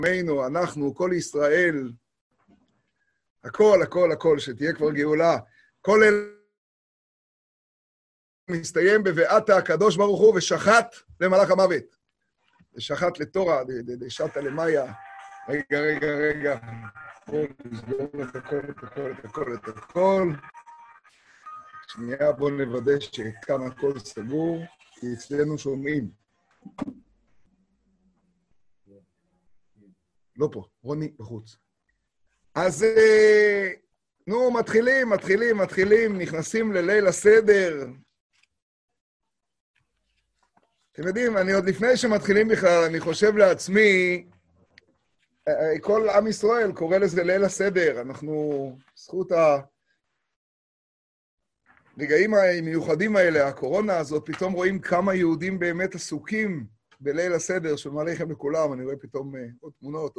עמנו, אנחנו, כל ישראל, הכל, הכל, הכל, שתהיה כבר גאולה. כל אלה מסתיים בבעת הקדוש ברוך הוא ושחט למלאך המוות. ושחט לתורה, דשתא למאיה. רגע. בואו נסגור את הכל. שנייה, בואו נוודא שכאן הכל סגור, כי אצלנו שומעים. לא פה, רוני בחוץ. אז נו, מתחילים, נכנסים לליל הסדר. אתם יודעים, אני עוד לפני שמתחילים בכלל, אני חושב לעצמי, כל עם ישראל קורא לזה ליל הסדר. אנחנו, זכות הרגעים המיוחדים האלה, הקורונה הזאת, פתאום רואים כמה יהודים באמת עסוקים בליל הסדר, שמעלה לכם לכולם, אני רואה פתאום עוד תמונות,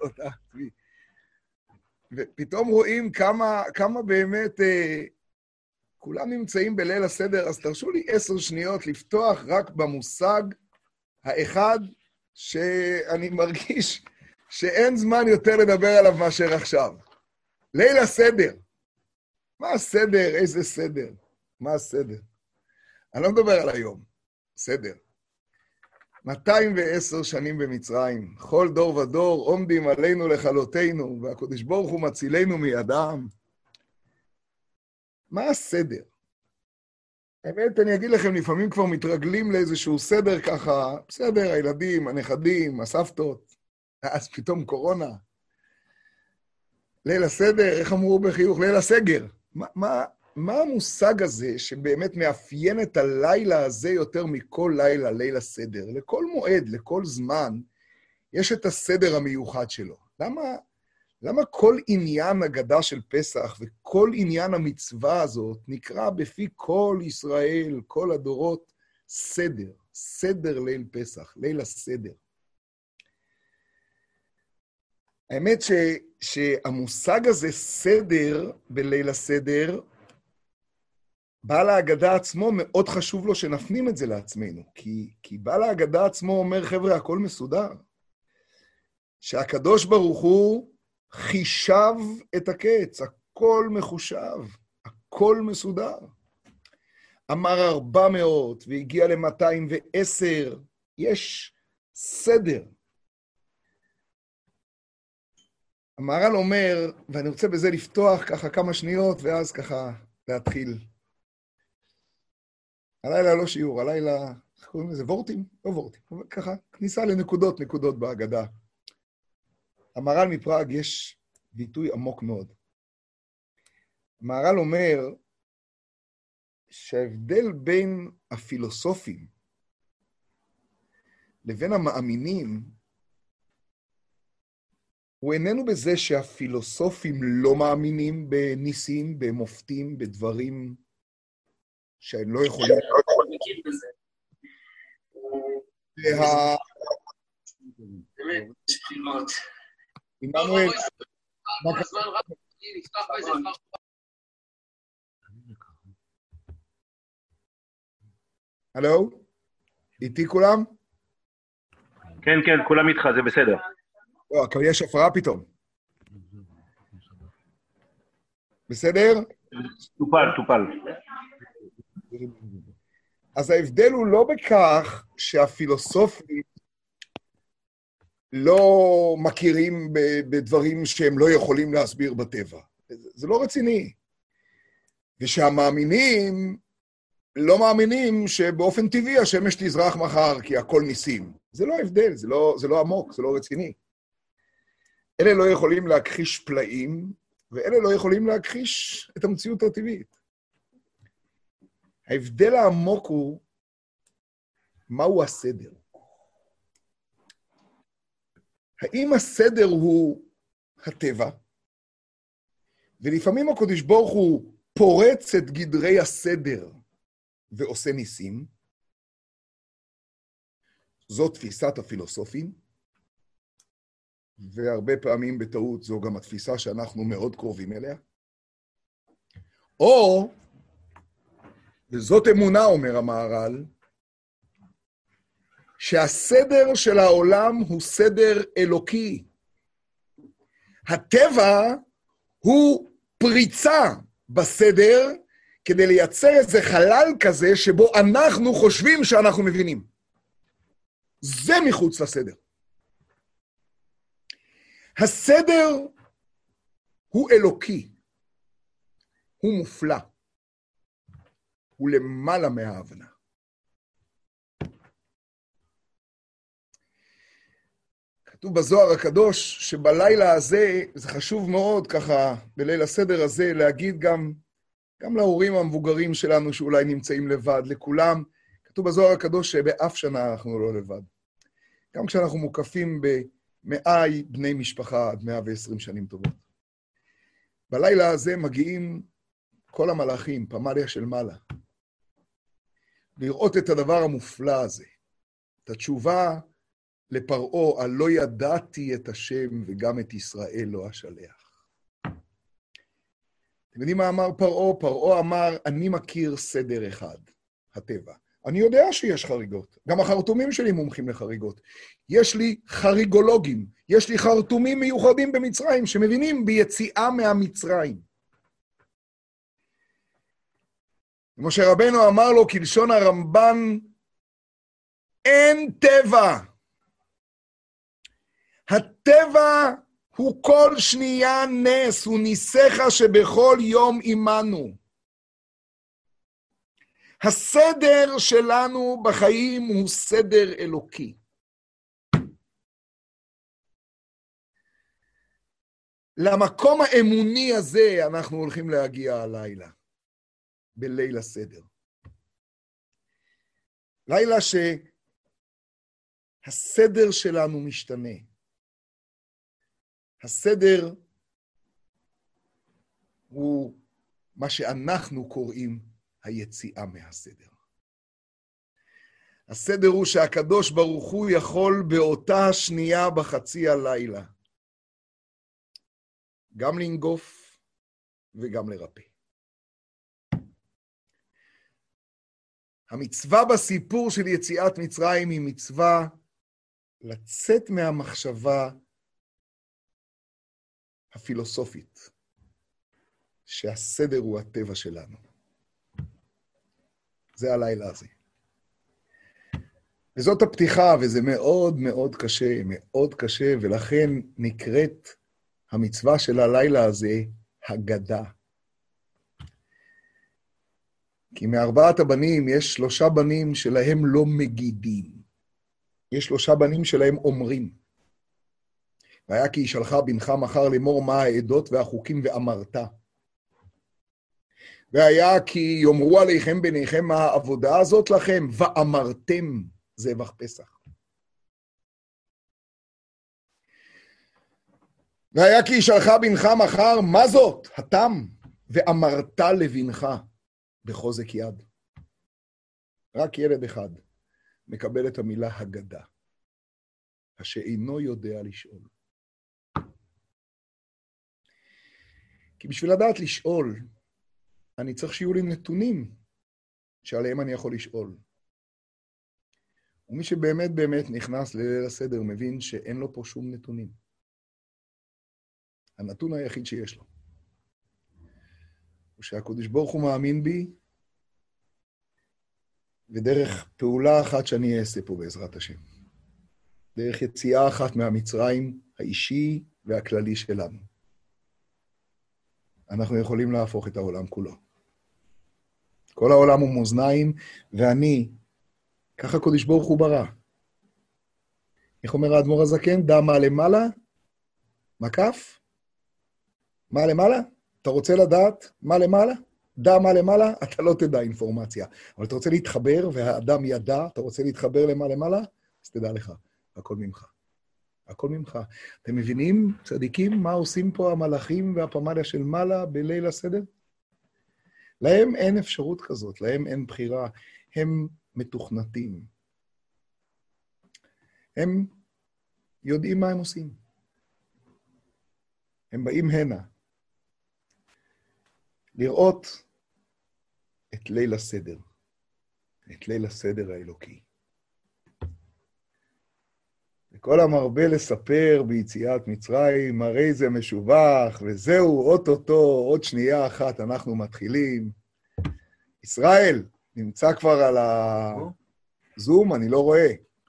ופתאום רואים כמה באמת כולם נמצאים בליל הסדר, אז תרשו לי 10 שניות לפתוח רק במושג האחד שאני מרגיש שאין זמן יותר לדבר עליו מאשר עכשיו. ליל הסדר. מה הסדר? איזה סדר? מה הסדר? אני לא מדבר על היום. סדר. 210 שנים במצרים, כל דור ודור עומדים עלינו לכלותנו, והקדוש ברוך הוא מצילנו מידם. מה הסדר? האמת, אני אגיד לכם, לפעמים כבר מתרגלים לאיזשהו סדר ככה, בסדר, הילדים, הנכדים, הסבתות, אז פתאום קורונה. ליל הסדר, איך אמרו בחיוך? ליל הסגר. מה המושג הזה שבאמת מאפיין את הלילה הזה יותר מכל לילה, ליל הסדר? לכל מועד, לכל זמן, יש את הסדר המיוחד שלו. למה כל עניין הגדה של פסח וכל עניין המצווה הזאת נקרא בפי כל ישראל, כל הדורות, סדר? סדר ליל פסח, ליל הסדר. האמת שהמושג הזה, סדר בליל הסדר, בעל ההגדה עצמו מאוד חשוב לו שנפנים את זה לעצמנו, כי בעל ההגדה עצמו אומר, חבר'ה, הכל מסודר. שהקדוש ברוך הוא חישב את הקץ, הכל מחושב, הכל מסודר. אמר 400 והגיע ל-210, יש סדר. המהר"ל אומר, ואני רוצה בזה לפתוח ככה כמה שניות, ואז ככה להתחיל. הלילה לא שיעור, הלילה, איך קוראים לזה? וורטים? לא וורטים, ככה, כניסה נקודות בהגדה. המהר"ל מפראג יש ביטוי עמוק מאוד. המהר"ל אומר שההבדל בין הפילוסופים לבין המאמינים, הוא איננו בזה שהפילוסופים לא מאמינים בניסים, במופתים, בדברים שהם לא יכולים... באמת, שחילות. עמנואל, הלו? איתי כולם? כן, כולם איתך, זה בסדר. לא, אבל יש הפרעה פתאום. בסדר? טופל. אז ההבדל הוא לא בכך שהפילוסופים לא מכירים בדברים שהם לא יכולים להסביר בטבע. זה לא רציני. ושהמאמינים לא מאמינים שבאופן טבעי השמש תזרח מחר, כי הכל ניסים. זה לא הבדל, זה לא עמוק, זה לא רציני. אלה לא יכולים להכחיש פלאים, ואלה לא יכולים להכחיש את המציאות הטבעית. ההבדל העמוק הוא, מהו הסדר? האם הסדר הוא הטבע? ולפעמים הקדוש ברוך הוא פורץ את גדרי הסדר ועושה ניסים. זו תפיסת הפילוסופים, והרבה פעמים בטעות זו גם התפיסה שאנחנו מאוד קרובים אליה. או, וזאת אמונה, אומר המהר"ל, שהסדר של העולם הוא סדר אלוקי, הטבע הוא פריצה בסדר, כדי לייצר איזה חלל כזה, שבו אנחנו חושבים שאנחנו מבינים. זה מחוץ לסדר. הסדר הוא אלוקי, הוא מופלא, הוא למעלה מההבנה. כתוב בזוהר הקדוש שבלילה הזה, זה חשוב מאוד ככה, בליל הסדר הזה, להגיד גם להורים המבוגרים שלנו שאולי נמצאים לבד, לכולם, כתוב בזוהר הקדוש שבאף שנה אנחנו לא לבד. גם כשאנחנו מוקפים ב100 בני משפחה עד 120 שנים טובות. בלילה הזה מגיעים כל המלאכים, פמליה של מעלה, לראות את הדבר המופלא הזה, את התשובה לפרעה, על לא ידעתי את השם וגם את ישראל לא אשלח. אתם יודעים מה אמר פרעה? פרעה אמר, אני מכיר סדר אחד, הטבע. אני יודע שיש חריגות. גם החרטומים שלי מומחים לחריגות. יש לי חריגולוגים, יש לי חרטומים מיוחדים במצרים, שמבינים ביציאה מהמצרים. משה רבנו אמר לו, כלשון הרמב"ן, אין טבע. הטבע הוא כל שנייה נס, הוא ניסך שבכל יום עמנו. הסדר שלנו בחיים הוא סדר אלוקי. למקום האמוני הזה אנחנו הולכים להגיע הלילה, בליל הסדר. לילה שהסדר שלנו משתנה. הסדר הוא מה שאנחנו קוראים היציאה מהסדר. הסדר הוא שהקדוש ברוך הוא יכול באותה שנייה בחצי הלילה, גם לנגוף וגם לרפא. המצווה בסיפור של יציאת מצרים היא מצווה לצאת מהמחשבה הפילוסופית, שהסדר הוא הטבע שלנו. זה הלילה הזה. וזאת הפתיחה, וזה מאוד מאוד קשה, מאוד קשה, ולכן נקראת המצווה של הלילה הזה הגדה. כי מארבעת הבנים יש 3 בנים שלהם לא מגידים. יש 3 בנים שלהם אומרים. והיה כי ישאלך בנך מחר לאמור מה העדות והחוקים ואמרת. והיה כי יאמרו עליכם ביניכם מה העבודה הזאת לכם, ואמרתם זבח פסח. והיה כי ישאלך בנך מחר, מה זאת? התם, ואמרת לבנך בחוזק יד. רק ילד אחד מקבל את המילה הגדה, השאינו יודע לשאול. כי בשביל לדעת לשאול, אני צריך שיהיו לי נתונים שעליהם אני יכול לשאול. ומי שבאמת באמת נכנס לליל הסדר מבין שאין לו פה שום נתונים. הנתון היחיד שיש לו הוא שהקדוש ברוך הוא מאמין בי, ודרך פעולה אחת שאני אעשה פה בעזרת השם. דרך יציאה אחת מהמצרים האישי והכללי שלנו. אנחנו יכולים להפוך את העולם כולו. כל העולם הוא מאזניים, ואני, ככה הקדוש ברוך הוא ברא. איך אומר האדמו"ר הזקן? דע מה למעלה? מקף? מה למעלה? אתה רוצה לדעת מה למעלה? דע מה למעלה? אתה לא תדע אינפורמציה. אבל אתה רוצה להתחבר, והאדם ידע, אתה רוצה להתחבר למה למעלה? אז תדע לך, הכל ממך. הכל ממך. אתם מבינים, צדיקים, מה עושים פה המלאכים והפמליה של מעלה בליל הסדר? להם אין אפשרות כזאת, להם אין בחירה. הם מתוכנתים. הם יודעים מה הם עושים. הם באים הנה. לראות את ליל הסדר. את ליל הסדר האלוקי. כל המרבה לספר ביציאת מצרים, הרי זה משובח, וזהו, אוטוטו, עוד שנייה אחת אנחנו מתחילים. ישראל, נמצא כבר על הזום, אני לא רואה.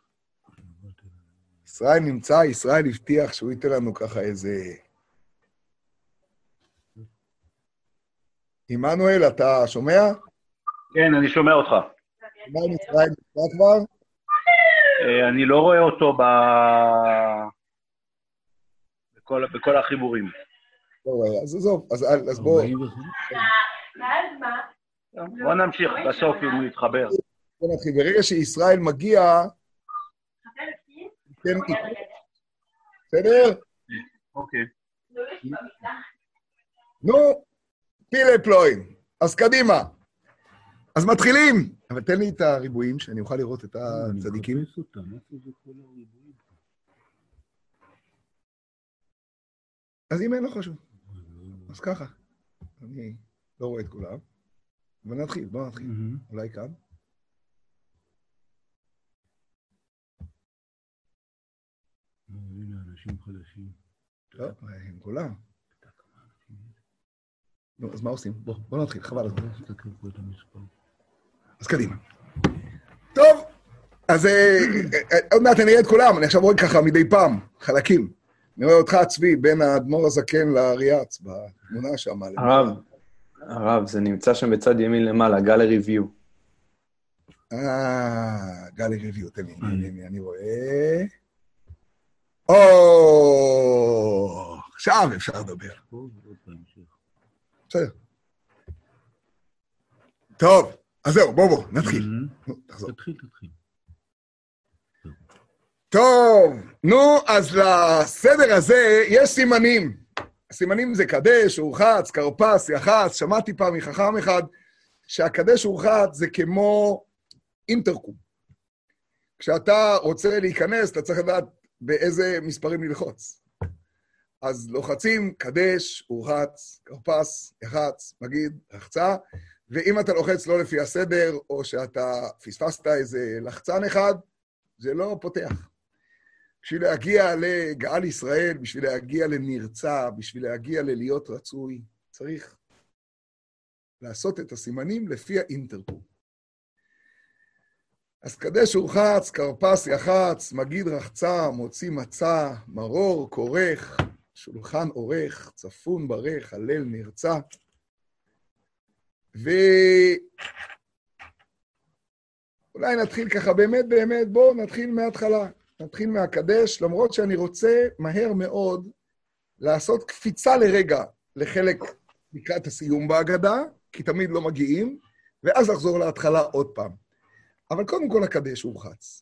ישראל נמצא, ישראל הבטיח שהוא ייתן לנו ככה איזה... עמנואל, אתה שומע? כן, אני שומע אותך. ישראל נמצא כבר? אני לא רואה אותו בכל החיבורים. לא רואה, אז עזוב, אז בוא... בוא נמשיך, בסוף אם הוא יתחבר. בוא נתחיל, ברגע שישראל מגיע... בסדר? אוקיי. נו, פילה פלואים. אז קדימה. אז מתחילים. אבל תן לי את הריבועים, שאני אוכל לראות את הצדיקים. אז אם אין לו חשוב. אז ככה. אני לא רואה את כולם. אבל נתחיל, בואו נתחיל. אולי כאן. הנה, אנשים חדשים. טוב, הם כולם. נו, אז מה עושים? בואו נתחיל, חבל. אז קדימה. טוב, אז עוד מעט אני אראה את כולם, אני עכשיו רואה ככה מדי פעם, חלקים. אני רואה אותך, צבי, בין האדמו"ר הזקן לאריאץ, בתמונה שם. הרב, זה נמצא שם בצד ימין למעלה, גלרי ויו. גלרי ויו, תן לי, אני רואה... עכשיו אפשר לדבר. בסדר. טוב, אז זהו, בואו, נתחיל. תתחיל. טוב, נו, אז לסדר הזה יש סימנים. הסימנים זה קדש, הורחץ, כרפס, יחץ. שמעתי פעם מחכם אחד שהקדש הורחץ זה כמו אינטרקום. כשאתה רוצה להיכנס, אתה צריך לדעת באיזה מספרים ללחוץ. אז לוחצים, קדש, הורחץ, כרפס, יחץ, מגיד, רחצה, ואם אתה לוחץ לא לפי הסדר, או שאתה פספסת איזה לחצן אחד, זה לא פותח. בשביל להגיע לגאל ישראל, בשביל להגיע לנרצה, בשביל להגיע ללהיות רצוי, צריך לעשות את הסימנים לפי האינטרקום. אז קדש הורחץ, כרפס יחץ, מגיד רחצה, מוציא מצה, מרור, כורך, שולחן עורך, צפון ברך, הלל נרצה. אולי נתחיל ככה באמת, בואו נתחיל מההתחלה. נתחיל מהקדש, למרות שאני רוצה מהר מאוד לעשות קפיצה לרגע לחלק לקראת הסיום בהגדה, כי תמיד לא מגיעים, ואז לחזור להתחלה עוד פעם. אבל קודם כל הקדש הורחץ.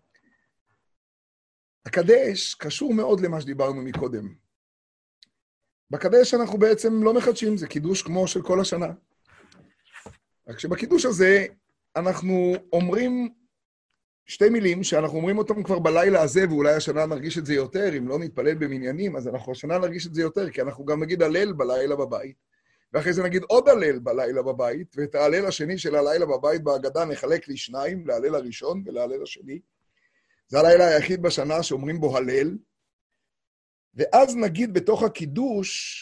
הקדש קשור מאוד למה שדיברנו מקודם. בקדש אנחנו בעצם לא מחדשים, זה קידוש כמו של כל השנה. רק שבקידוש הזה אנחנו אומרים שתי מילים שאנחנו אומרים אותם כבר בלילה הזה, ואולי השנה נרגיש את זה יותר, אם לא נתפלל במניינים, אז אנחנו השנה נרגיש את זה יותר, כי אנחנו גם נגיד הלל בלילה בבית, ואחרי זה נגיד עוד הלל בלילה בבית, ואת ההלל השני של הלילה בבית בהגדה נחלק לשניים, להלל הראשון ולהלל השני. זה הלילה היחיד בשנה שאומרים בו הלל, ואז נגיד בתוך הקידוש,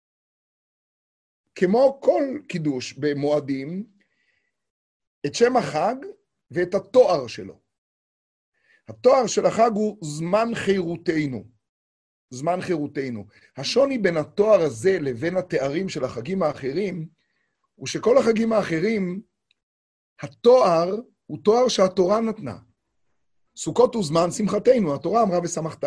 כמו כל קידוש במועדים, את שם החג ואת התואר שלו. התואר של החג הוא זמן חירותנו. זמן חירותנו. השוני בין התואר הזה לבין התארים של החגים האחרים, הוא שכל החגים האחרים, התואר הוא תואר שהתורה נתנה. סוכות הוא זמן שמחתנו, התורה אמרה ושמחת.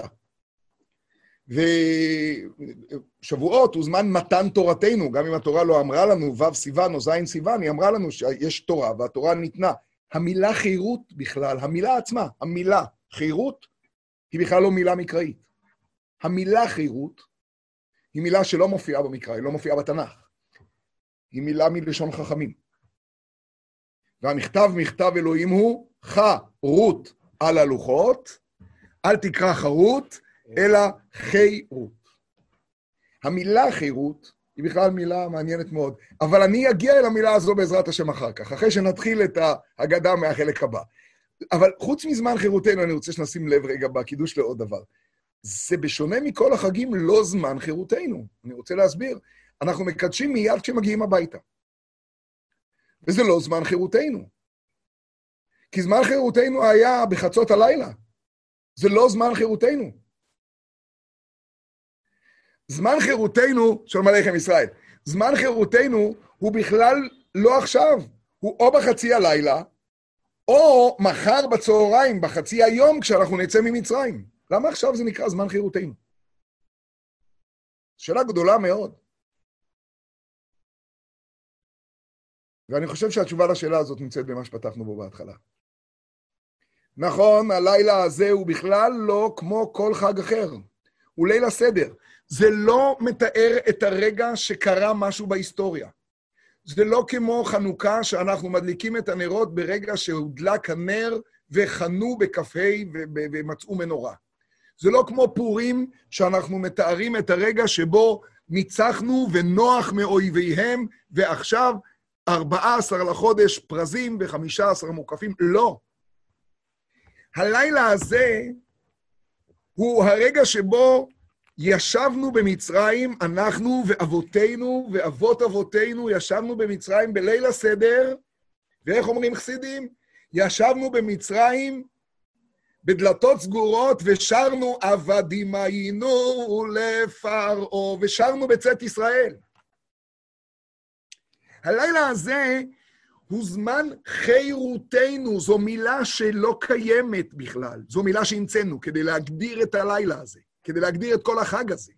ושבועות הוא זמן מתן תורתנו, גם אם התורה לא אמרה לנו, ו' סיוון או ז' סיוון, היא אמרה לנו שיש תורה, והתורה ניתנה. המילה חירות בכלל, המילה עצמה, המילה חירות, היא בכלל לא מילה מקראית. המילה חירות היא מילה שלא מופיעה במקרא, היא לא מופיעה בתנ"ך. היא מילה מלשון חכמים. והמכתב מכתב אלוהים הוא חרות על הלוחות, אל תקרא חרות, אלא חירות. המילה חירות היא בכלל מילה מעניינת מאוד, אבל אני אגיע אל המילה הזו בעזרת השם אחר כך, אחרי שנתחיל את ההגדה מהחלק הבא. אבל חוץ מזמן חירותנו, אני רוצה שנשים לב רגע בקידוש לעוד דבר. זה בשונה מכל החגים לא זמן חירותנו. אני רוצה להסביר. אנחנו מקדשים מיד כשמגיעים הביתה. וזה לא זמן חירותנו. כי זמן חירותנו היה בחצות הלילה. זה לא זמן חירותנו. זמן חירותנו, שלום עליכם ישראל, זמן חירותנו הוא בכלל לא עכשיו. הוא או בחצי הלילה, או מחר בצהריים, בחצי היום, כשאנחנו נצא ממצרים. למה עכשיו זה נקרא זמן חירותנו? שאלה גדולה מאוד. ואני חושב שהתשובה לשאלה הזאת נמצאת במה שפתחנו בו בהתחלה. נכון, הלילה הזה הוא בכלל לא כמו כל חג אחר. הוא ליל הסדר. זה לא מתאר את הרגע שקרה משהו בהיסטוריה. זה לא כמו חנוכה שאנחנו מדליקים את הנרות ברגע שהודלק הנר וחנו בכ"ה ומצאו מנורה. זה לא כמו פורים שאנחנו מתארים את הרגע שבו ניצחנו ונוח מאויביהם, ועכשיו 14 לחודש פרזים ו15 מוקפים. לא. הלילה הזה הוא הרגע שבו ישבנו במצרים, אנחנו ואבותינו ואבות אבותינו ישבנו במצרים בליל הסדר, ואיך אומרים חסידים? ישבנו במצרים בדלתות סגורות ושרנו עבדים היינו לפרעה, ושרנו בצאת ישראל. הלילה הזה הוא זמן חירותנו, זו מילה שלא קיימת בכלל, זו מילה שהמצאנו כדי להגדיר את הלילה הזה, כדי להגדיר את כל החג הזה.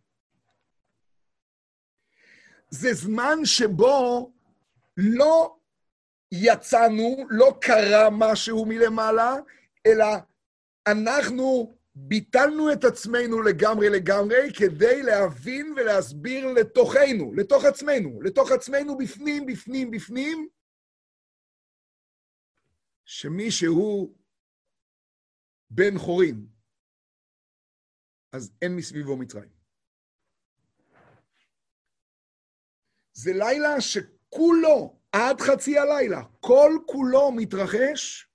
זה זמן שבו לא יצאנו, לא קרה משהו מלמעלה, אלא אנחנו ביטלנו את עצמנו לגמרי, כדי להבין ולהסביר לתוכנו, לתוך עצמנו בפנים, שמי שהוא בן חורין, אז אין מסביבו מצרים. זה לילה שכולו, עד חצי הלילה, כל כולו מתרחש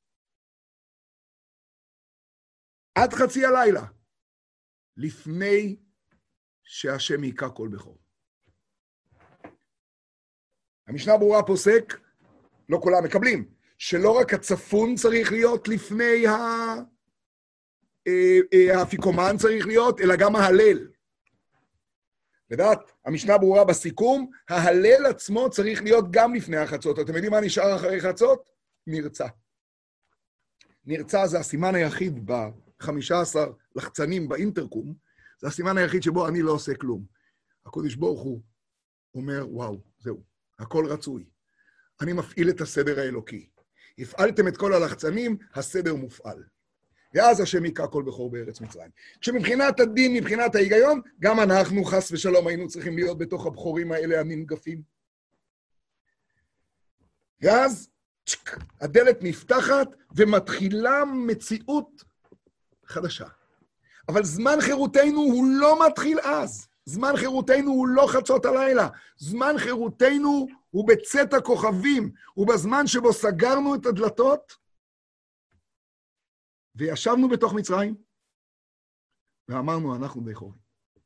עד חצי הלילה, לפני שהשם יקרא כל בכור. המשנה ברורה פוסק, לא כולם מקבלים, שלא רק הצפון צריך להיות לפני האפיקומן צריך להיות, אלא גם ההלל. לדעת, המשנה ברורה בסיכום, ההלל עצמו צריך להיות גם לפני החצות. אתם יודעים מה נשאר אחרי חצות? נרצה. נרצה זה הסימן היחיד ב-15 לחצנים באינטרקום, זה הסימן היחיד שבו אני לא עושה כלום. הקודש ברוך הוא אומר, וואו, זהו, הכל רצוי. אני מפעיל את הסדר האלוקי. הפעלתם את כל הלחצנים, הסדר מופעל. ואז השם יקרא כל בכור בארץ מצרים. כשמבחינת הדין, מבחינת ההיגיון, גם אנחנו חס ושלום היינו צריכים להיות בתוך הבכורים האלה הננגפים. ואז הדלת נפתחת ומתחילה מציאות חדשה. אבל זמן חירותנו הוא לא מתחיל אז. זמן חירותנו הוא לא חצות הלילה. זמן חירותנו הוא בצאת הכוכבים, הוא בזמן שבו סגרנו את הדלתות, וישבנו בתוך מצרים, ואמרנו, אנחנו בני חורין.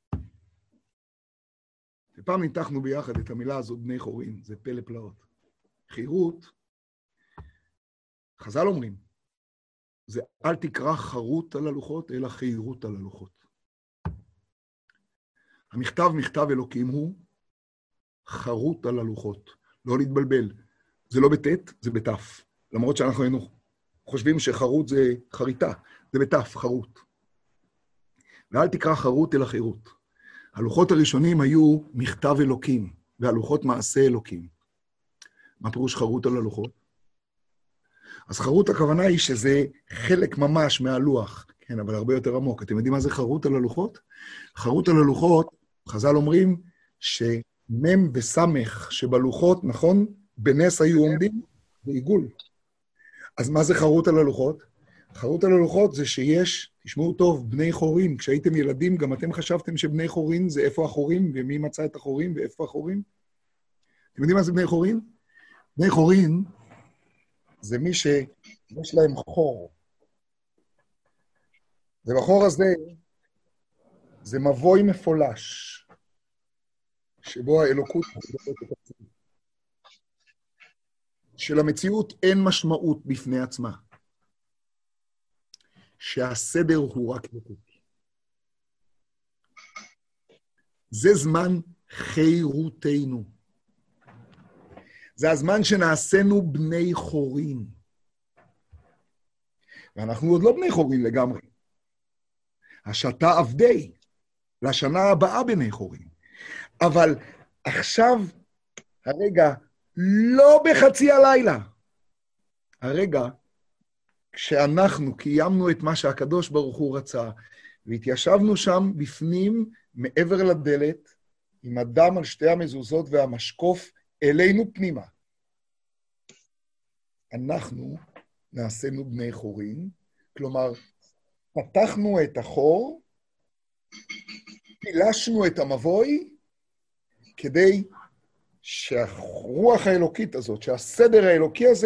ופעם ניתחנו ביחד את המילה הזאת, בני חורין, זה פלא פלאות. חירות, חז"ל אומרים, זה אל תקרא חרות על הלוחות, אלא חירות על הלוחות. המכתב, מכתב אלוקים הוא חרות על הלוחות. לא להתבלבל. זה לא בתת, זה בתף. למרות שאנחנו היינו חושבים שחרות זה חריטה, זה בתף, חרות. ואל תקרא חרות אלא חירות. הלוחות הראשונים היו מכתב אלוקים, והלוחות מעשה אלוקים. מה פירוש חרות על הלוחות? אז חרות הכוונה היא שזה חלק ממש מהלוח, כן, אבל הרבה יותר עמוק. אתם יודעים מה זה חרות על הלוחות? חרות על הלוחות, חז"ל אומרים שמם וסמך שבלוחות, נכון? בנס היו עומדים בעיגול. אז מה זה חרות על הלוחות? חרות על הלוחות זה שיש, תשמעו טוב, בני חורין. כשהייתם ילדים, גם אתם חשבתם שבני חורין זה איפה החורים, ומי מצא את החורים ואיפה החורים? אתם יודעים מה זה בני חורין? בני חורין זה מי שיש להם חור, ובחור הזה זה מבוי מפולש, שבו האלוקות מדברת את עצמה. שלמציאות אין משמעות בפני עצמה. שהסדר הוא רק אלוקות. זה זמן חירותנו. זה הזמן שנעשינו בני חורין. ואנחנו עוד לא בני חורין לגמרי. השתה עבדי, לשנה הבאה בני חורין. אבל עכשיו, הרגע, לא בחצי הלילה. הרגע, כשאנחנו קיימנו את מה שהקדוש ברוך הוא רצה, והתיישבנו שם בפנים, מעבר לדלת, עם הדם על שתי המזוזות והמשקוף אלינו פנימה. אנחנו נעשינו בני חורין, כלומר, פתחנו את החור, פילשנו את המבוי, כדי שהרוח האלוקית הזאת, שהסדר האלוקי הזה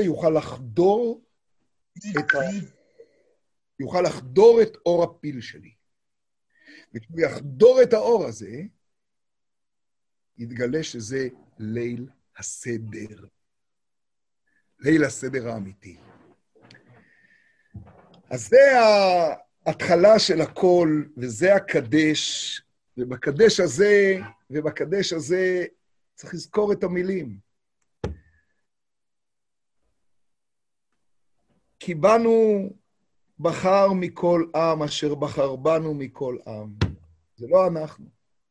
יוכל לחדור את אור הפיל שלי. וכשהוא יחדור את האור הזה, יתגלה שזה ליל הסדר. ליל הסדר האמיתי. אז זה ההתחלה של הכל, וזה הקדש, ובקדש הזה צריך לזכור את המילים. כי בנו בחר מכל עם, אשר בחר בנו מכל עם. זה לא אנחנו.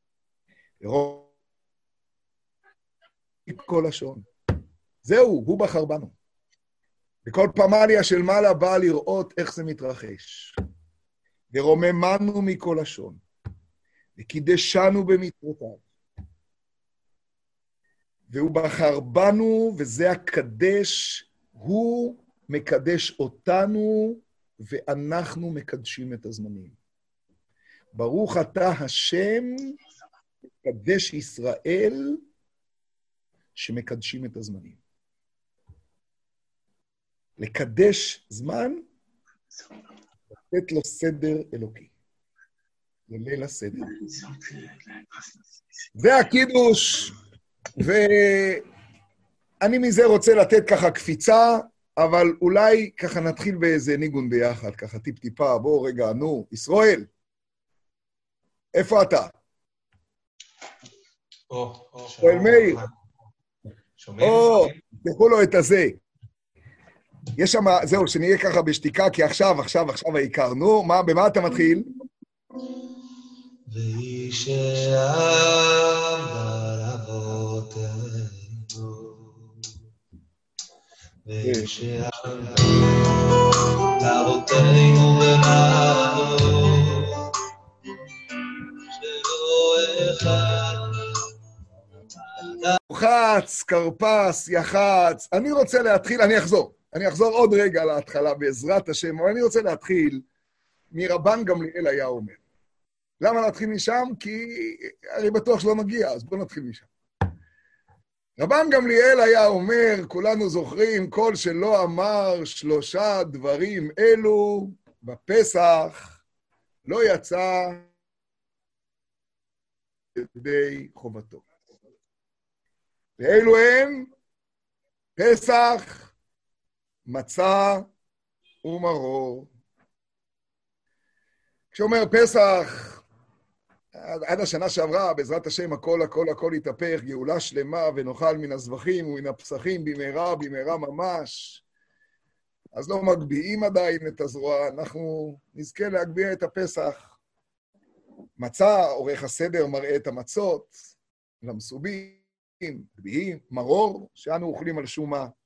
כל לשון. זהו, הוא בחר בנו. וכל פמליה של מעלה באה לראות איך זה מתרחש. ורוממנו מכל לשון. וקידשנו במצוותיו. והוא בחר בנו, וזה הקדש, הוא מקדש אותנו, ואנחנו מקדשים את הזמנים. ברוך אתה השם, מקדש ישראל, שמקדשים את הזמנים. לקדש זמן, לתת לו סדר אלוקי. לליל הסדר. זה הקידוש, ואני מזה רוצה לתת ככה קפיצה, אבל אולי ככה נתחיל באיזה ניגון ביחד, ככה טיפ-טיפה, בואו רגע, נו, ישראל, איפה אתה? ישראל מאיר. או, תקחו לו את הזה. יש שם, זהו, שנהיה ככה בשתיקה, כי עכשיו העיקר. נו, במה אתה מתחיל? ואיש העם ברבותינו, ואיש העם ברבותינו במענו, שלא אחד. חץ, קרפס, יחץ. אני רוצה להתחיל, אני אחזור עוד רגע להתחלה בעזרת השם, אבל אני רוצה להתחיל מרבן גמליאל היה אומר. למה להתחיל משם? כי אני בטוח שלא נגיע, אז בואו נתחיל משם. רבן גמליאל היה אומר, כולנו זוכרים, כל שלא אמר 3 דברים אלו בפסח, לא יצא ידי חובתו. ואלו הם פסח, מצה ומרור. כשאומר פסח, עד השנה שעברה, בעזרת השם, הכל יתהפך, גאולה שלמה, ונאכל מן הזבחים ומן הפסחים במהרה ממש. אז לא מגביעים עדיין את הזרוע, אנחנו נזכה להגביע את הפסח. מצה, עורך הסדר מראה את המצות, למסובים, גביעים, מרור, שאנו אוכלים על שום מה.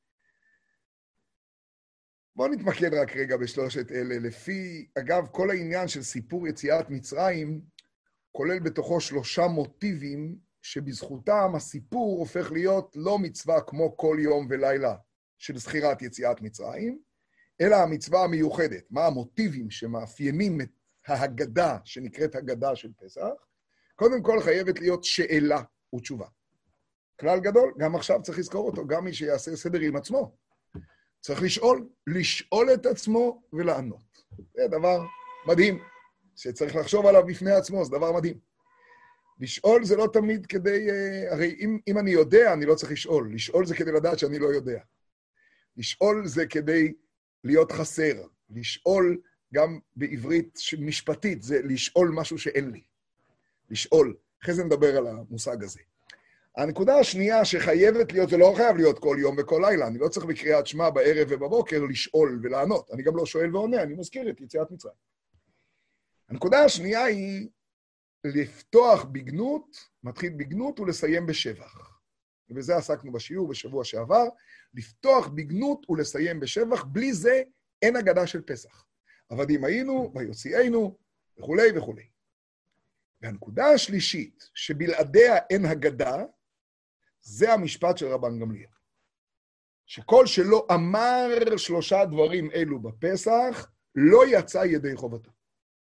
בואו נתמקד רק רגע בשלושת אלה. לפי, אגב, כל העניין של סיפור יציאת מצרים, כולל בתוכו 3 מוטיבים, שבזכותם הסיפור הופך להיות לא מצווה כמו כל יום ולילה של זכירת יציאת מצרים, אלא המצווה המיוחדת. מה המוטיבים שמאפיינים את ההגדה, שנקראת הגדה של פסח? קודם כל חייבת להיות שאלה ותשובה. כלל גדול, גם עכשיו צריך לזכור אותו, גם מי שיעשה סדר עם עצמו. צריך לשאול את עצמו ולענות. זה דבר מדהים, שצריך לחשוב עליו בפני עצמו, זה דבר מדהים. לשאול זה לא תמיד כדי... הרי אם אני יודע, אני לא צריך לשאול. לשאול זה כדי לדעת שאני לא יודע. לשאול זה כדי להיות חסר. לשאול גם בעברית משפטית, זה לשאול משהו שאין לי. לשאול. אחרי זה נדבר על המושג הזה. הנקודה השנייה שחייבת להיות, זה לא חייב להיות כל יום וכל לילה, אני לא צריך בקריאת שמע בערב ובבוקר לשאול ולענות. אני גם לא שואל ועונה, אני מזכיר את יציאת מצרים. הנקודה השנייה היא לפתוח בגנות, מתחיל בגנות ולסיים בשבח. ובזה עסקנו בשיעור בשבוע שעבר, לפתוח בגנות ולסיים בשבח, בלי זה אין הגדה של פסח. עבדים היינו, ויוציאנו, וכולי וכולי. והנקודה השלישית, שבלעדיה אין הגדה, זה המשפט של רבן גמליאל. שכל שלא אמר 3 דברים אלו בפסח, לא יצא ידי חובתו.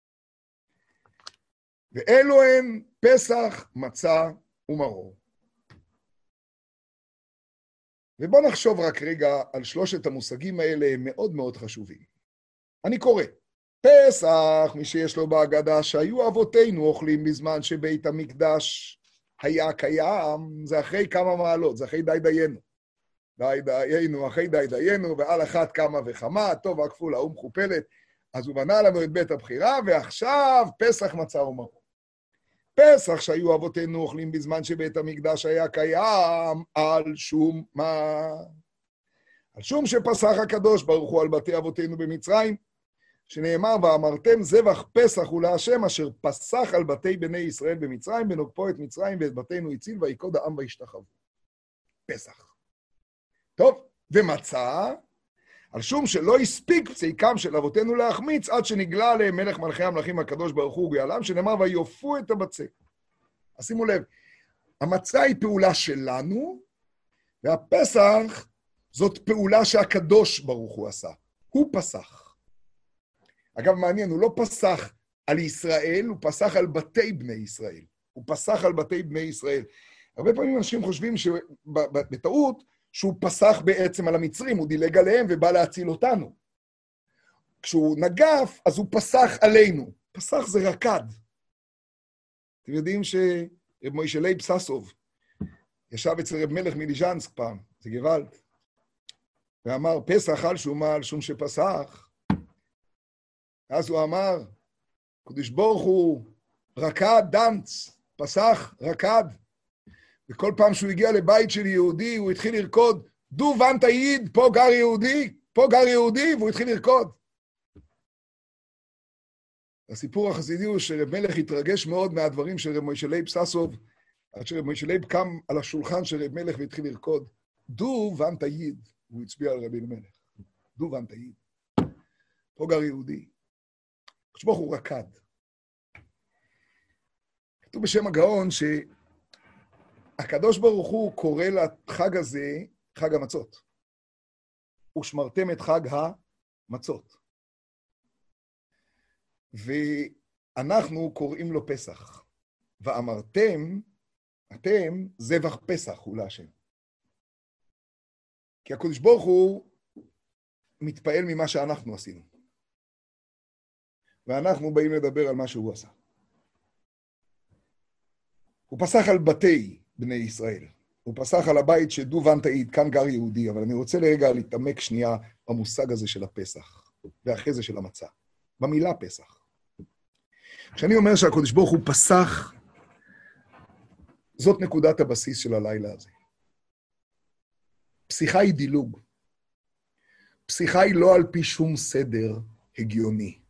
ואלו הן פסח, מצה ומרור. ובואו נחשוב רק רגע על 3 המושגים האלה, הם מאוד מאוד חשובים. אני קורא. פסח, מי שיש לו בהגדה, שהיו אבותינו אוכלים בזמן שבית המקדש היה קיים, זה אחרי כמה מעלות, זה אחרי די דיינו. די דיינו, אחרי די דיינו, ועל אחת כמה וכמה, טוב הכפולה ומכופלת, אז הוא בנה לנו את בית הבחירה, ועכשיו פסח מצה ומרור. פסח שהיו אבותינו אוכלים בזמן שבית המקדש היה קיים, על שום מה? על שום שפסח הקדוש ברוך הוא על בתי אבותינו במצרים, שנאמר, ואמרתם זבח פסח הוא להשם, אשר פסח על בתי בני ישראל במצרים, בנוגפו את מצרים ואת בתינו הציל, ויקוד העם וישתחוו. פסח. טוב, ומצה, על שום שלא הספיק פסיקם של אבותינו להחמיץ, עד שנגלה עליהם מלך מלכי המלכים הקדוש ברוך הוא וגאלם, שנאמר, ויופו את הבצק. אז שימו לב, המצה היא פעולה שלנו, והפסח זאת פעולה שהקדוש ברוך הוא עשה. הוא פסח. אגב, מעניין, הוא לא פסח על ישראל, הוא פסח על בתי בני ישראל. הוא פסח על בתי בני ישראל. הרבה פעמים אנשים חושבים בטעות שהוא פסח בעצם על המצרים, הוא דילג עליהם ובא להציל אותנו. כשהוא נגף, אז הוא פסח עלינו. פסח זה רקד. אתם יודעים שרב מוישה לייב ססוב ישב אצל רב מלך מליז'נסק פעם, זה גוואלד, ואמר, פסח על שום מה, על שום שפסח. אז הוא אמר, קדוש ברוך הוא רקד, דנץ, פסח, רקד. וכל פעם שהוא הגיע לבית של יהודי, הוא התחיל לרקוד, דו ונטה יד, פה גר יהודי, פה גר יהודי, והוא התחיל לרקוד. הסיפור החסידי הוא שרב מלך התרגש מאוד מהדברים של רב מוישה לייב ססוב, עד שרב מוישה לייב קם על השולחן של רב מלך והתחיל לרקוד, דו ונטה יד, והוא הצביע על רבי מלך, דו ונטה יד, פה גר יהודי. קדוש ברוך הוא רקד. כתוב בשם הגאון שהקדוש ברוך הוא קורא לחג הזה חג המצות. ושמרתם את חג המצות. ואנחנו קוראים לו פסח. ואמרתם, אתם זבח פסח הוא להשם. כי הקדוש ברוך הוא מתפעל ממה שאנחנו עשינו. ואנחנו באים לדבר על מה שהוא עשה. הוא פסח על בתי בני ישראל. הוא פסח על הבית שדו ונטעיד, כאן גר יהודי, אבל אני רוצה לרגע להתעמק שנייה במושג הזה של הפסח, ואחרי זה של המצה. במילה פסח. כשאני אומר שהקדוש ברוך הוא פסח, זאת נקודת הבסיס של הלילה הזה. פסיחה היא דילוג. פסיחה היא לא על פי שום סדר הגיוני.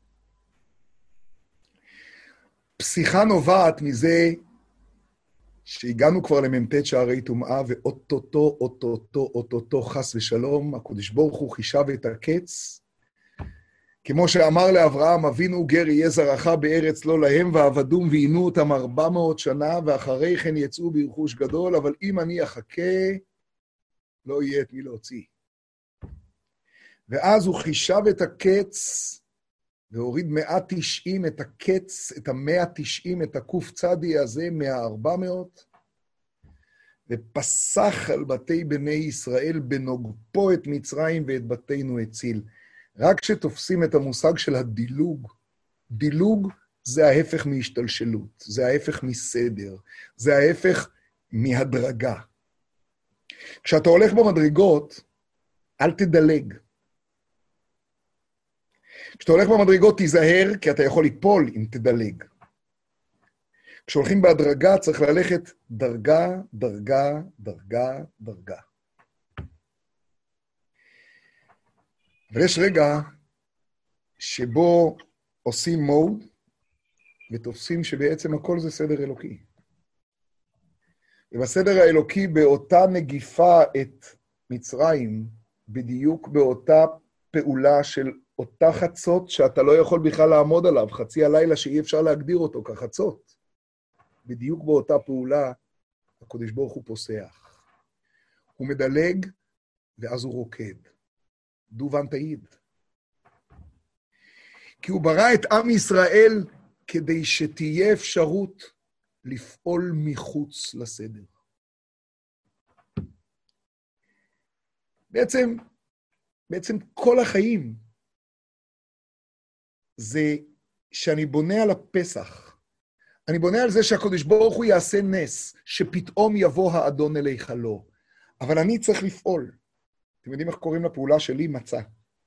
פסיחה נובעת מזה שהגענו כבר למ"ט שערי טומאה, ואוטוטו, חס ושלום, הקדוש ברוך הוא חישב את הקץ, כמו שאמר לאברהם, אבינו גר יהיה זרעך בארץ לא להם, ועבדום ועינו אותם 400 שנה, ואחרי כן יצאו ברכוש גדול, אבל אם אני אחכה, לא יהיה את מי להוציא. ואז הוא חישב את הקץ, והוריד 190 את הקץ, את 190, את הקוף צדי הזה, 400, ופסח על בתי בני ישראל בנוגפו את מצרים ואת בתינו הציל. רק כשתופסים את המושג של הדילוג, דילוג זה ההפך מהשתלשלות, זה ההפך מסדר, זה ההפך מהדרגה. כשאתה הולך במדרגות, אל תדלג. כשאתה הולך במדרגות, תיזהר, כי אתה יכול ליפול אם תדלג. כשהולכים בהדרגה, צריך ללכת דרגה, דרגה, דרגה, דרגה. אבל יש רגע שבו עושים מוד, ותופסים שבעצם הכל זה סדר אלוקי. ובסדר האלוקי, באותה נגיפה את מצרים, בדיוק באותה פעולה של אותה חצות, שאתה לא יכול בכלל לעמוד עליו, חצי הלילה שאי אפשר להגדיר אותו כחצות. בדיוק באותה פעולה, הקדוש ברוך הוא פוסח. הוא מדלג, ואז הוא רוקד. דובן תעיד. כי הוא ברא את עם ישראל כדי שתהיה אפשרות לפעול מחוץ לסדר. בעצם כל החיים זה שאני בונה על הפסח. אני בונה על זה שהקדוש ברוך הוא יעשה נס, שפתאום יבוא האדון אל היכלו. אבל אני צריך לפעול. אתם יודעים איך קוראים לפעולה שלי? מצה.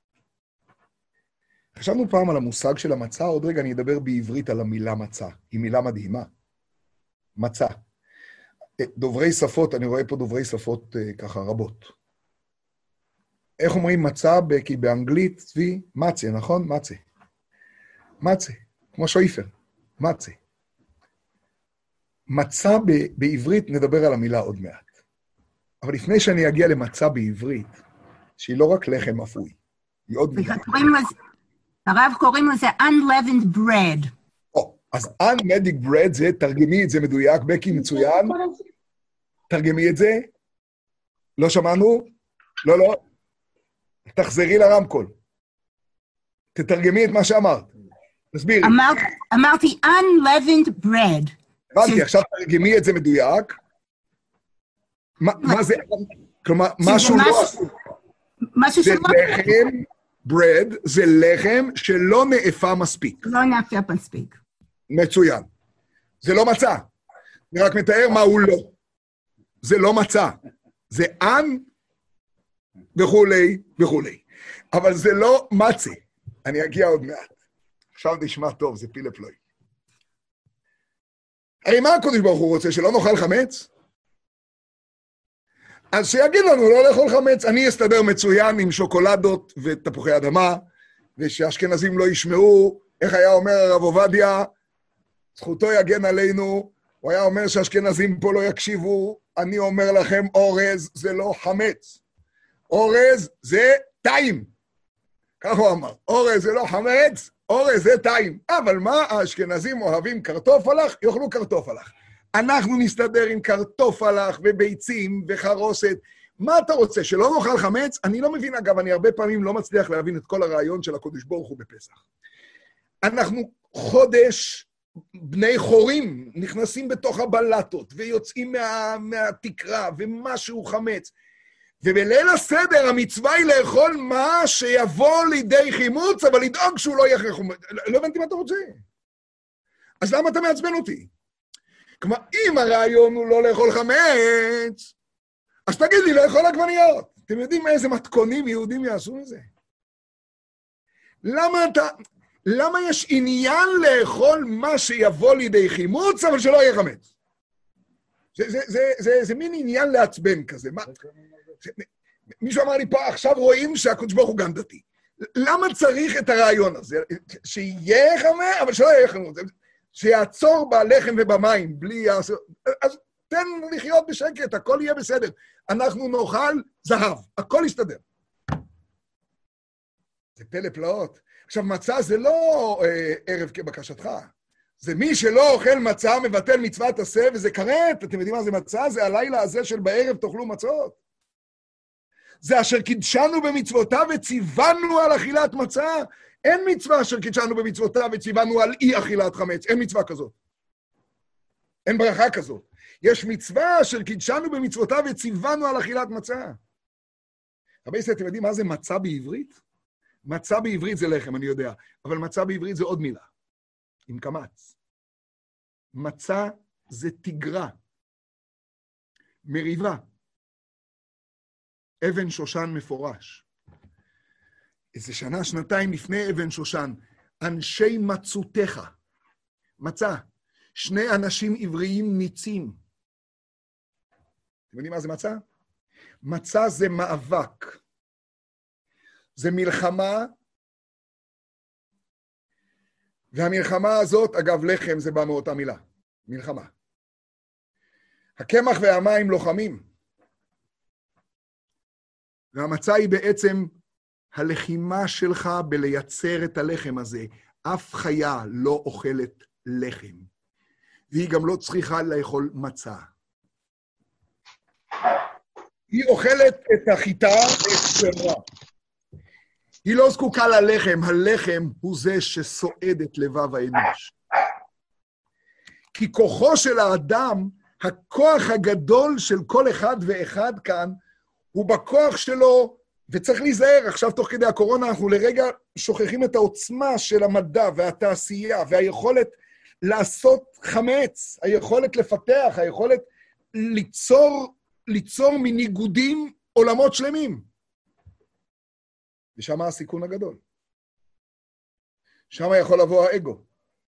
חשבנו פעם על המושג של המצה, עוד רגע אני אדבר בעברית על המילה מצה. היא מילה מדהימה. מצה. דוברי שפות, אני רואה פה דוברי שפות ככה רבות. איך אומרים מצה? כי באנגלית, צבי, מצה, נכון? מצה. מצה, כמו שויפר, מצה. מצה בעברית, נדבר על המילה עוד מעט. אבל לפני שאני אגיע למצה בעברית, שהיא לא רק לחם אפוי, היא עוד מילה. הרב קוראים לזה unleavened bread. אז unleavened bread זה, תרגמי את זה מדויק, בקי מצוין. תרגמי את זה. לא שמענו? לא. תחזרי לרמקול. תתרגמי את מה שאמרת. תסבירי. אמרתי unleavened bread. הבנתי, עכשיו תרגמי את זה מדויק. מה זה? כלומר, משהו לא עשו. זה לחם, bread, זה לחם שלא נאפה מספיק. לא נאפה מספיק. מצוין. זה לא מצה. אני רק מתאר מה הוא לא. זה לא מצה. זה אן וכולי וכולי. אבל זה לא מצה. אני אגיע עוד מעט. עכשיו נשמע טוב, זה פילה פלוי. הרי מה הקדוש ברוך הוא רוצה? שלא נאכל חמץ? אז שיגיד לנו לא לאכול חמץ. אני אסתדר מצוין עם שוקולדות ותפוחי אדמה, ושאשכנזים לא ישמעו. איך היה אומר הרב עובדיה? זכותו יגן עלינו. הוא היה אומר שאשכנזים פה לא יקשיבו. אני אומר לכם, אורז זה לא חמץ. אורז זה טעים. כך הוא אמר. אורז זה לא חמץ, אורז זה טעים. אבל מה, האשכנזים אוהבים קרטופלח, יאכלו קרטופלח. אנחנו נסתדר עם קרטופלח וביצים וחרוסת. מה אתה רוצה, שלא נאכל חמץ? אני לא מבין, אגב, אני הרבה פעמים לא מצליח להבין את כל הרעיון של הקדוש ברוך הוא בפסח. אנחנו חודש בני חורים, נכנסים בתוך הבלטות, ויוצאים מהתקרה, ומשהו חמץ. ובליל הסדר המצווה היא לאכול מה שיבוא לידי חימוץ, אבל לדאוג שהוא לא יהיה חמוץ. לא הבנתי מה אתה רוצה. אז למה אתה מעצבן אותי? כלומר, אם הרעיון הוא לא לאכול חמץ, אז תגיד לי, לאכול עגבניות. אתם יודעים איזה מתכונים יהודים יעשו מזה? למה יש עניין לאכול מה שיבוא לידי חימוץ, אבל שלא יהיה חמץ? זה מין עניין לעצבן כזה. מישהו אמר לי פה, עכשיו רואים שהקדוש ברוך הוא גם דתי. למה צריך את הרעיון הזה? שיהיה חמץ, אבל שלא יהיה חמץ. שיעצור בלחם ובמים, בלי... אז תן לחיות בשקט, הכל יהיה בסדר. אנחנו נאכל זהב, הכל יסתדר. זה פלא פלאות. עכשיו, מצה זה לא ערב כבקשתך. זה מי שלא אוכל מצה, מבטל מצוות עשה, וזה כרת. אתם יודעים מה זה מצה? זה הלילה הזה של בערב תאכלו מצות. זה אשר קידשנו במצוותיו וציוונו על אכילת מצה. אין מצווה אשר קידשנו במצוותיו וציוונו על אי אכילת חמץ. אין מצווה כזאת. אין ברכה כזאת. יש מצווה אשר קידשנו במצוותיו וציוונו על אכילת מצה. רבי ישראל, אתם יודעים מה זה מצה בעברית? מצה בעברית זה לחם, אני יודע. אבל מצה בעברית זה עוד מילה. עם קמץ. מצה זה תגרה, מריבה, אבן שושן מפורש. איזה שנה, שנתיים לפני אבן שושן, אנשי מצותיך, מצה, שני אנשים עבריים ניצים. אתם יודעים מה זה מצה? מצה זה מאבק. זה מלחמה, והמלחמה הזאת, אגב, לחם זה בא מאותה מילה, מלחמה. הקמח והמים לוחמים, והמצה היא בעצם הלחימה שלך בלייצר את הלחם הזה. אף חיה לא אוכלת לחם, והיא גם לא צריכה לאכול מצה. היא אוכלת את החיטה ואת זרע. היא לא זקוקה ללחם, הלחם הוא זה שסועד את לבב האנוש. כי כוחו של האדם, הכוח הגדול של כל אחד ואחד כאן, הוא בכוח שלו, וצריך להיזהר, עכשיו תוך כדי הקורונה אנחנו לרגע שוכחים את העוצמה של המדע והתעשייה, והיכולת לעשות חמץ, היכולת לפתח, היכולת ליצור מניגודים עולמות שלמים. ושם הסיכון הגדול. שם יכול לבוא האגו.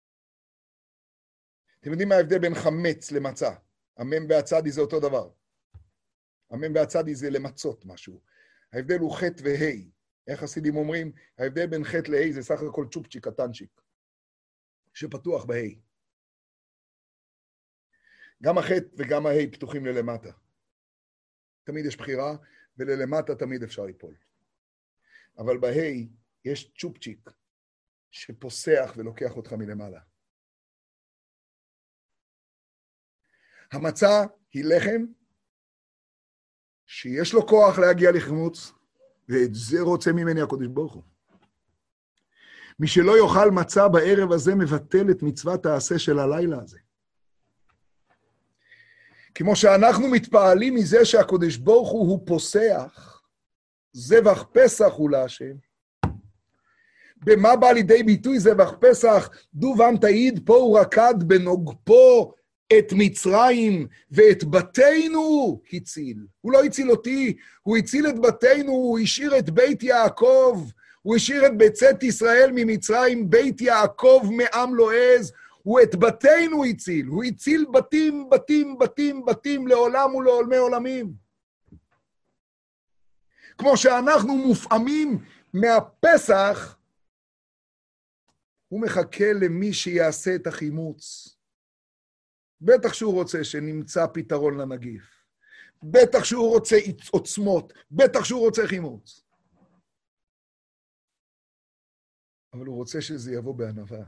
אתם יודעים מה ההבדל בין חמץ למצה? המם והצדי זה אותו דבר. המם והצדי זה למצות משהו. ההבדל הוא חטא והי. איך חסידים אומרים? ההבדל בין חטא להי זה סך הכל צ'ופצ'יק קטנצ'יק, שפתוח בהי. גם החטא וגם ההי פתוחים ללמטה. תמיד יש בחירה, וללמטה תמיד אפשר ליפול. אבל בהי יש צ'ופצ'יק שפוסח ולוקח אותך מלמעלה. המצה היא לחם שיש לו כוח להגיע לחמוץ, ואת זה רוצה ממני הקדוש ברוך הוא. מי שלא יאכל מצה בערב הזה מבטל את מצוות העשה של הלילה הזה. כמו שאנחנו מתפעלים מזה שהקדוש ברוך הוא פוסח, זבח פסח הוא להשם. במה בא לידי ביטוי זבח פסח? דוב עם תעיד פה הוא רקד בנוגפו את מצרים ואת בתינו הציל. הוא לא הציל אותי, הוא הציל את בתינו, הוא השאיר את בית יעקב, הוא השאיר את בצאת ישראל ממצרים, בית יעקב מעם לועז, הוא את בתינו הציל, הוא הציל בתים, בתים, בתים, בתים לעולם ולעולמי עולמים. כמו שאנחנו מופעמים מהפסח, הוא מחכה למי שיעשה את החימוץ. בטח שהוא רוצה שנמצא פתרון לנגיף. בטח שהוא רוצה עוצמות. בטח שהוא רוצה חימוץ. אבל הוא רוצה שזה יבוא בענווה.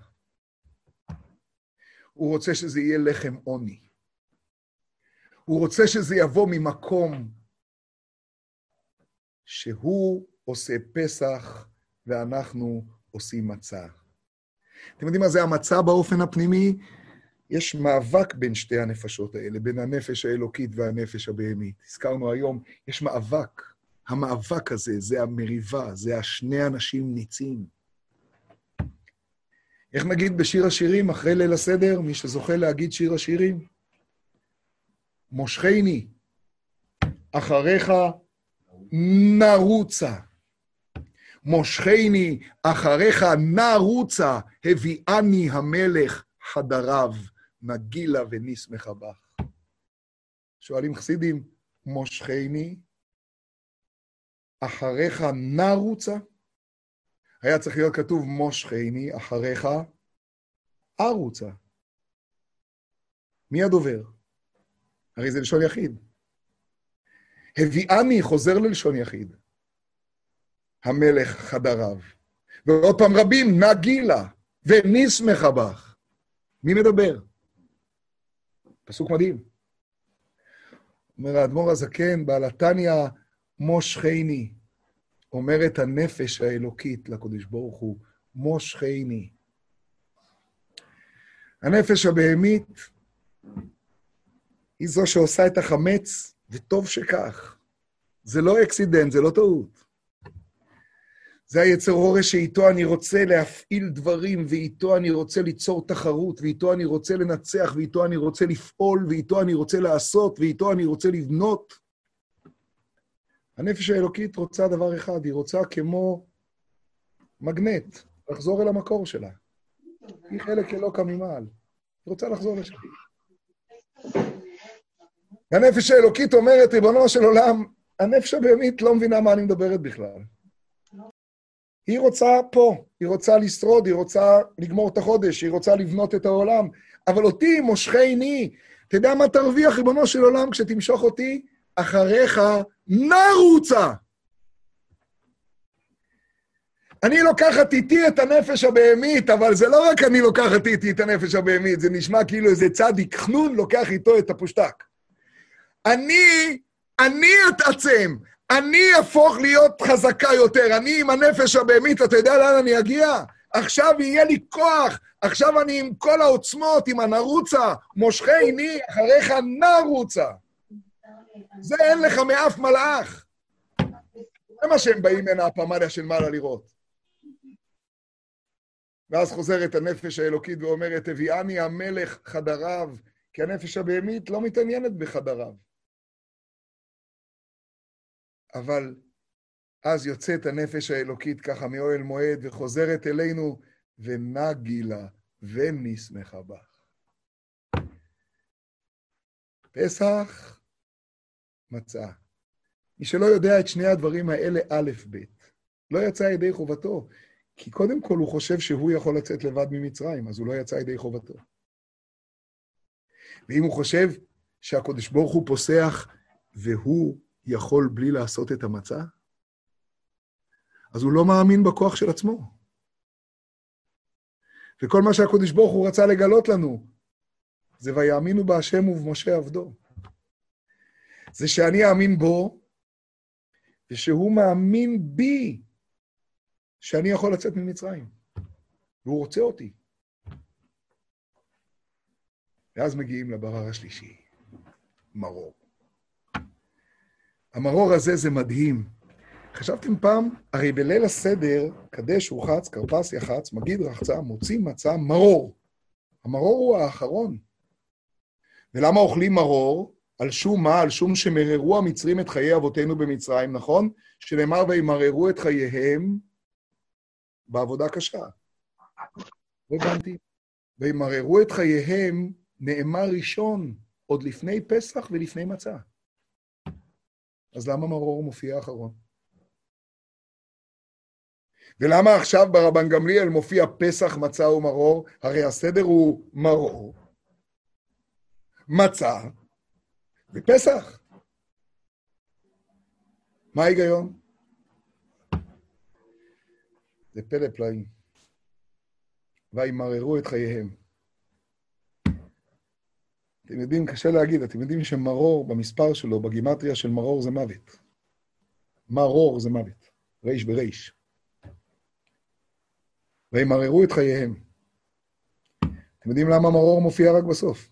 הוא רוצה שזה יהיה לחם עוני. הוא רוצה שזה יבוא ממקום שהוא עושה פסח ואנחנו עושים מצה. אתם יודעים מה זה המצה באופן הפנימי? יש מאבק בין שתי הנפשות האלה, בין הנפש האלוקית והנפש הבהמית. הזכרנו היום, יש מאבק. המאבק הזה, זה המריבה, זה השני אנשים ניצים. איך נגיד בשיר השירים, אחרי ליל הסדר, מי שזוכה להגיד שיר השירים? מושכני, אחריך נרוצה. מושכני, אחריך נרוצה, הביאני המלך חדריו, נגילה ונשמחה בך. שואלים חסידים, מושכני, אחריך נרוצה? היה צריך להיות כתוב מושכני, אחריך ארוצה. מי הדובר? הרי זה לשון יחיד. הביאני חוזר ללשון יחיד. המלך חדריו. ועוד פעם רבים, נגילה ונשמחה בך. מי מדבר? פסוק מדהים. אומר האדמו"ר הזקן, בעל התניא, מושכני. אומרת הנפש האלוקית לקדוש ברוך הוא, מושכני. הנפש הבהמית היא זו שעושה את החמץ, וטוב שכך. זה לא אקסידנט, זה לא טעות. זה היצר הורש שאיתו אני רוצה להפעיל דברים, ואיתו אני רוצה ליצור תחרות, ואיתו אני רוצה לנצח, ואיתו אני רוצה לפעול, ואיתו אני רוצה לעשות, ואיתו אני רוצה לבנות. הנפש האלוקית רוצה דבר אחד, היא רוצה כמו מגנט, לחזור אל המקור שלה. היא חלק אלוקה ממעל. היא רוצה לחזור לשם. הנפש האלוקית אומרת, ריבונו של עולם, הנפש הבהמית לא מבינה מה אני מדברת בכלל. היא רוצה פה, היא רוצה לשרוד, היא רוצה לגמור את החודש, היא רוצה לבנות את העולם, אבל אותי מושכני, אתה יודע מה תרוויח, ריבונו של עולם, כשתמשוך אותי? אחריך נרוצה. אני לוקחת איתי את הנפש הבהמית, אבל זה לא רק אני לוקחת איתי את הנפש הבהמית, זה נשמע כאילו איזה צדיק חנון לוקח איתו את הפושטק. אני אתעצם, אני אהפוך להיות חזקה יותר, אני עם הנפש הבהמית, אתה יודע לאן אני אגיע? עכשיו יהיה לי כוח, עכשיו אני עם כל העוצמות, עם הנרוצה, מושכני, אחריך נרוצה. זה אין לך מאף מלאך. זה מה שהם באים מן הפמליה של מעלה לראות. ואז חוזרת הנפש האלוקית ואומרת, הביאני המלך חדריו, כי הנפש הבהמית לא מתעניינת בחדריו. אבל אז יוצאת הנפש האלוקית ככה מאוהל מועד וחוזרת אלינו, ונגילה ונשמחה בך. פסח, מצה. מי שלא יודע את שני הדברים האלה, א' ב', לא יצא ידי חובתו, כי קודם כל הוא חושב שהוא יכול לצאת לבד ממצרים, אז הוא לא יצא ידי חובתו. ואם הוא חושב שהקדוש ברוך הוא פוסח, והוא יכול בלי לעשות את המצה, אז הוא לא מאמין בכוח של עצמו. וכל מה שהקדוש ברוך הוא רצה לגלות לנו, זה ויאמינו בהשם ובמשה עבדו. זה שאני אאמין בו, ושהוא מאמין בי, שאני יכול לצאת ממצרים. והוא רוצה אותי. ואז מגיעים לברר השלישי, מרור. המרור הזה זה מדהים. חשבתם פעם, הרי בליל הסדר, קדש ורחץ, כרפס יחץ, מגיד רחצה, מוציא מצה, מרור. המרור הוא האחרון. ולמה אוכלים מרור? על שום מה? על שום שמררו המצרים את חיי אבותינו במצרים, נכון? שנאמר וימררו את חייהם בעבודה קשה. לא הבנתי. וימררו את חייהם נאמר ראשון, עוד לפני פסח ולפני מצה. אז למה מרור מופיע אחרון? ולמה עכשיו ברבן גמליאל מופיע פסח, מצה ומרור? הרי הסדר הוא מרור, מצה ופסח. מה ההיגיון? זה פלא פלאים. וימררו את חייהם. אתם יודעים, קשה להגיד, אתם יודעים שמרור במספר שלו, בגימטריה של מרור זה מוות. מרור זה מוות, ריש בריש. וימררו את חייהם. אתם יודעים למה מרור מופיע רק בסוף?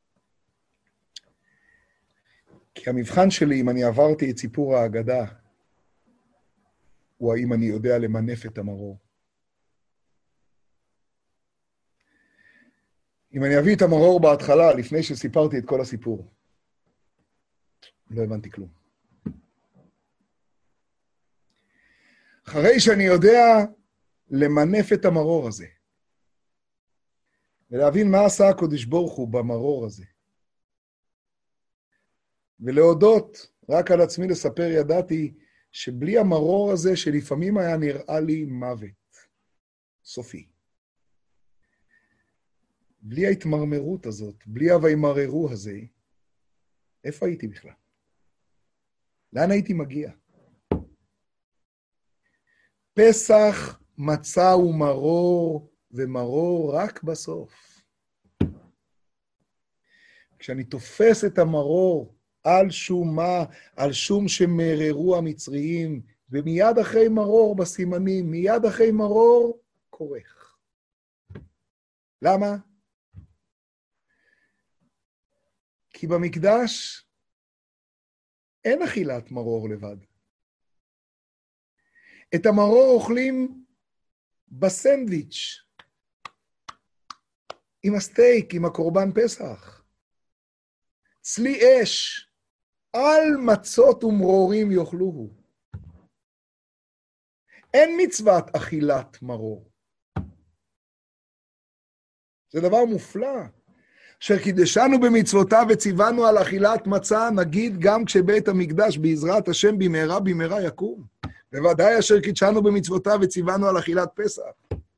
כי המבחן שלי, אם אני עברתי את סיפור ההגדה, הוא האם אני יודע למנף את המרור. אם אני אביא את המרור בהתחלה, לפני שסיפרתי את כל הסיפור, לא הבנתי כלום. אחרי שאני יודע למנף את המרור הזה, ולהבין מה עשה הקדוש ברוך הוא במרור הזה, ולהודות רק על עצמי לספר, ידעתי שבלי המרור הזה, שלפעמים היה נראה לי מוות, סופי. בלי ההתמרמרות הזאת, בלי הוימררו הזה, איפה הייתי בכלל? לאן הייתי מגיע? פסח, מצה ומרור, ומרור רק בסוף. כשאני תופס את המרור על שום מה, על שום שמררו המצריים, ומיד אחרי מרור בסימנים, מיד אחרי מרור, כורך. למה? כי במקדש אין אכילת מרור לבד. את המרור אוכלים בסנדוויץ', עם הסטייק, עם הקורבן פסח. צלי אש, על מצות ומרורים יאכלוהו. אין מצוות אכילת מרור. זה דבר מופלא. אשר קידשנו במצוותיו וציוונו על אכילת מצה, נגיד גם כשבית המקדש בעזרת השם במהרה במהרה יקום. בוודאי אשר קידשנו במצוותיו וציוונו על אכילת פסח.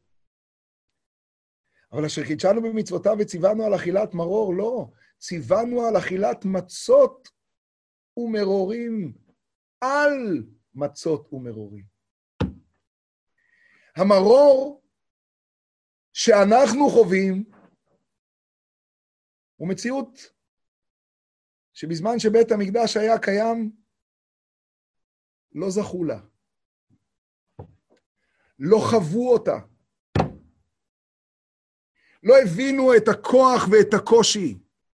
אבל אשר קידשנו במצוותיו וציוונו על אכילת מרור, לא. ציוונו על אכילת מצות ומרורים, על מצות ומרורים. המרור שאנחנו חווים הוא מציאות שבזמן שבית המקדש היה קיים, לא זכו לה. לא חוו אותה. לא הבינו את הכוח ואת הקושי.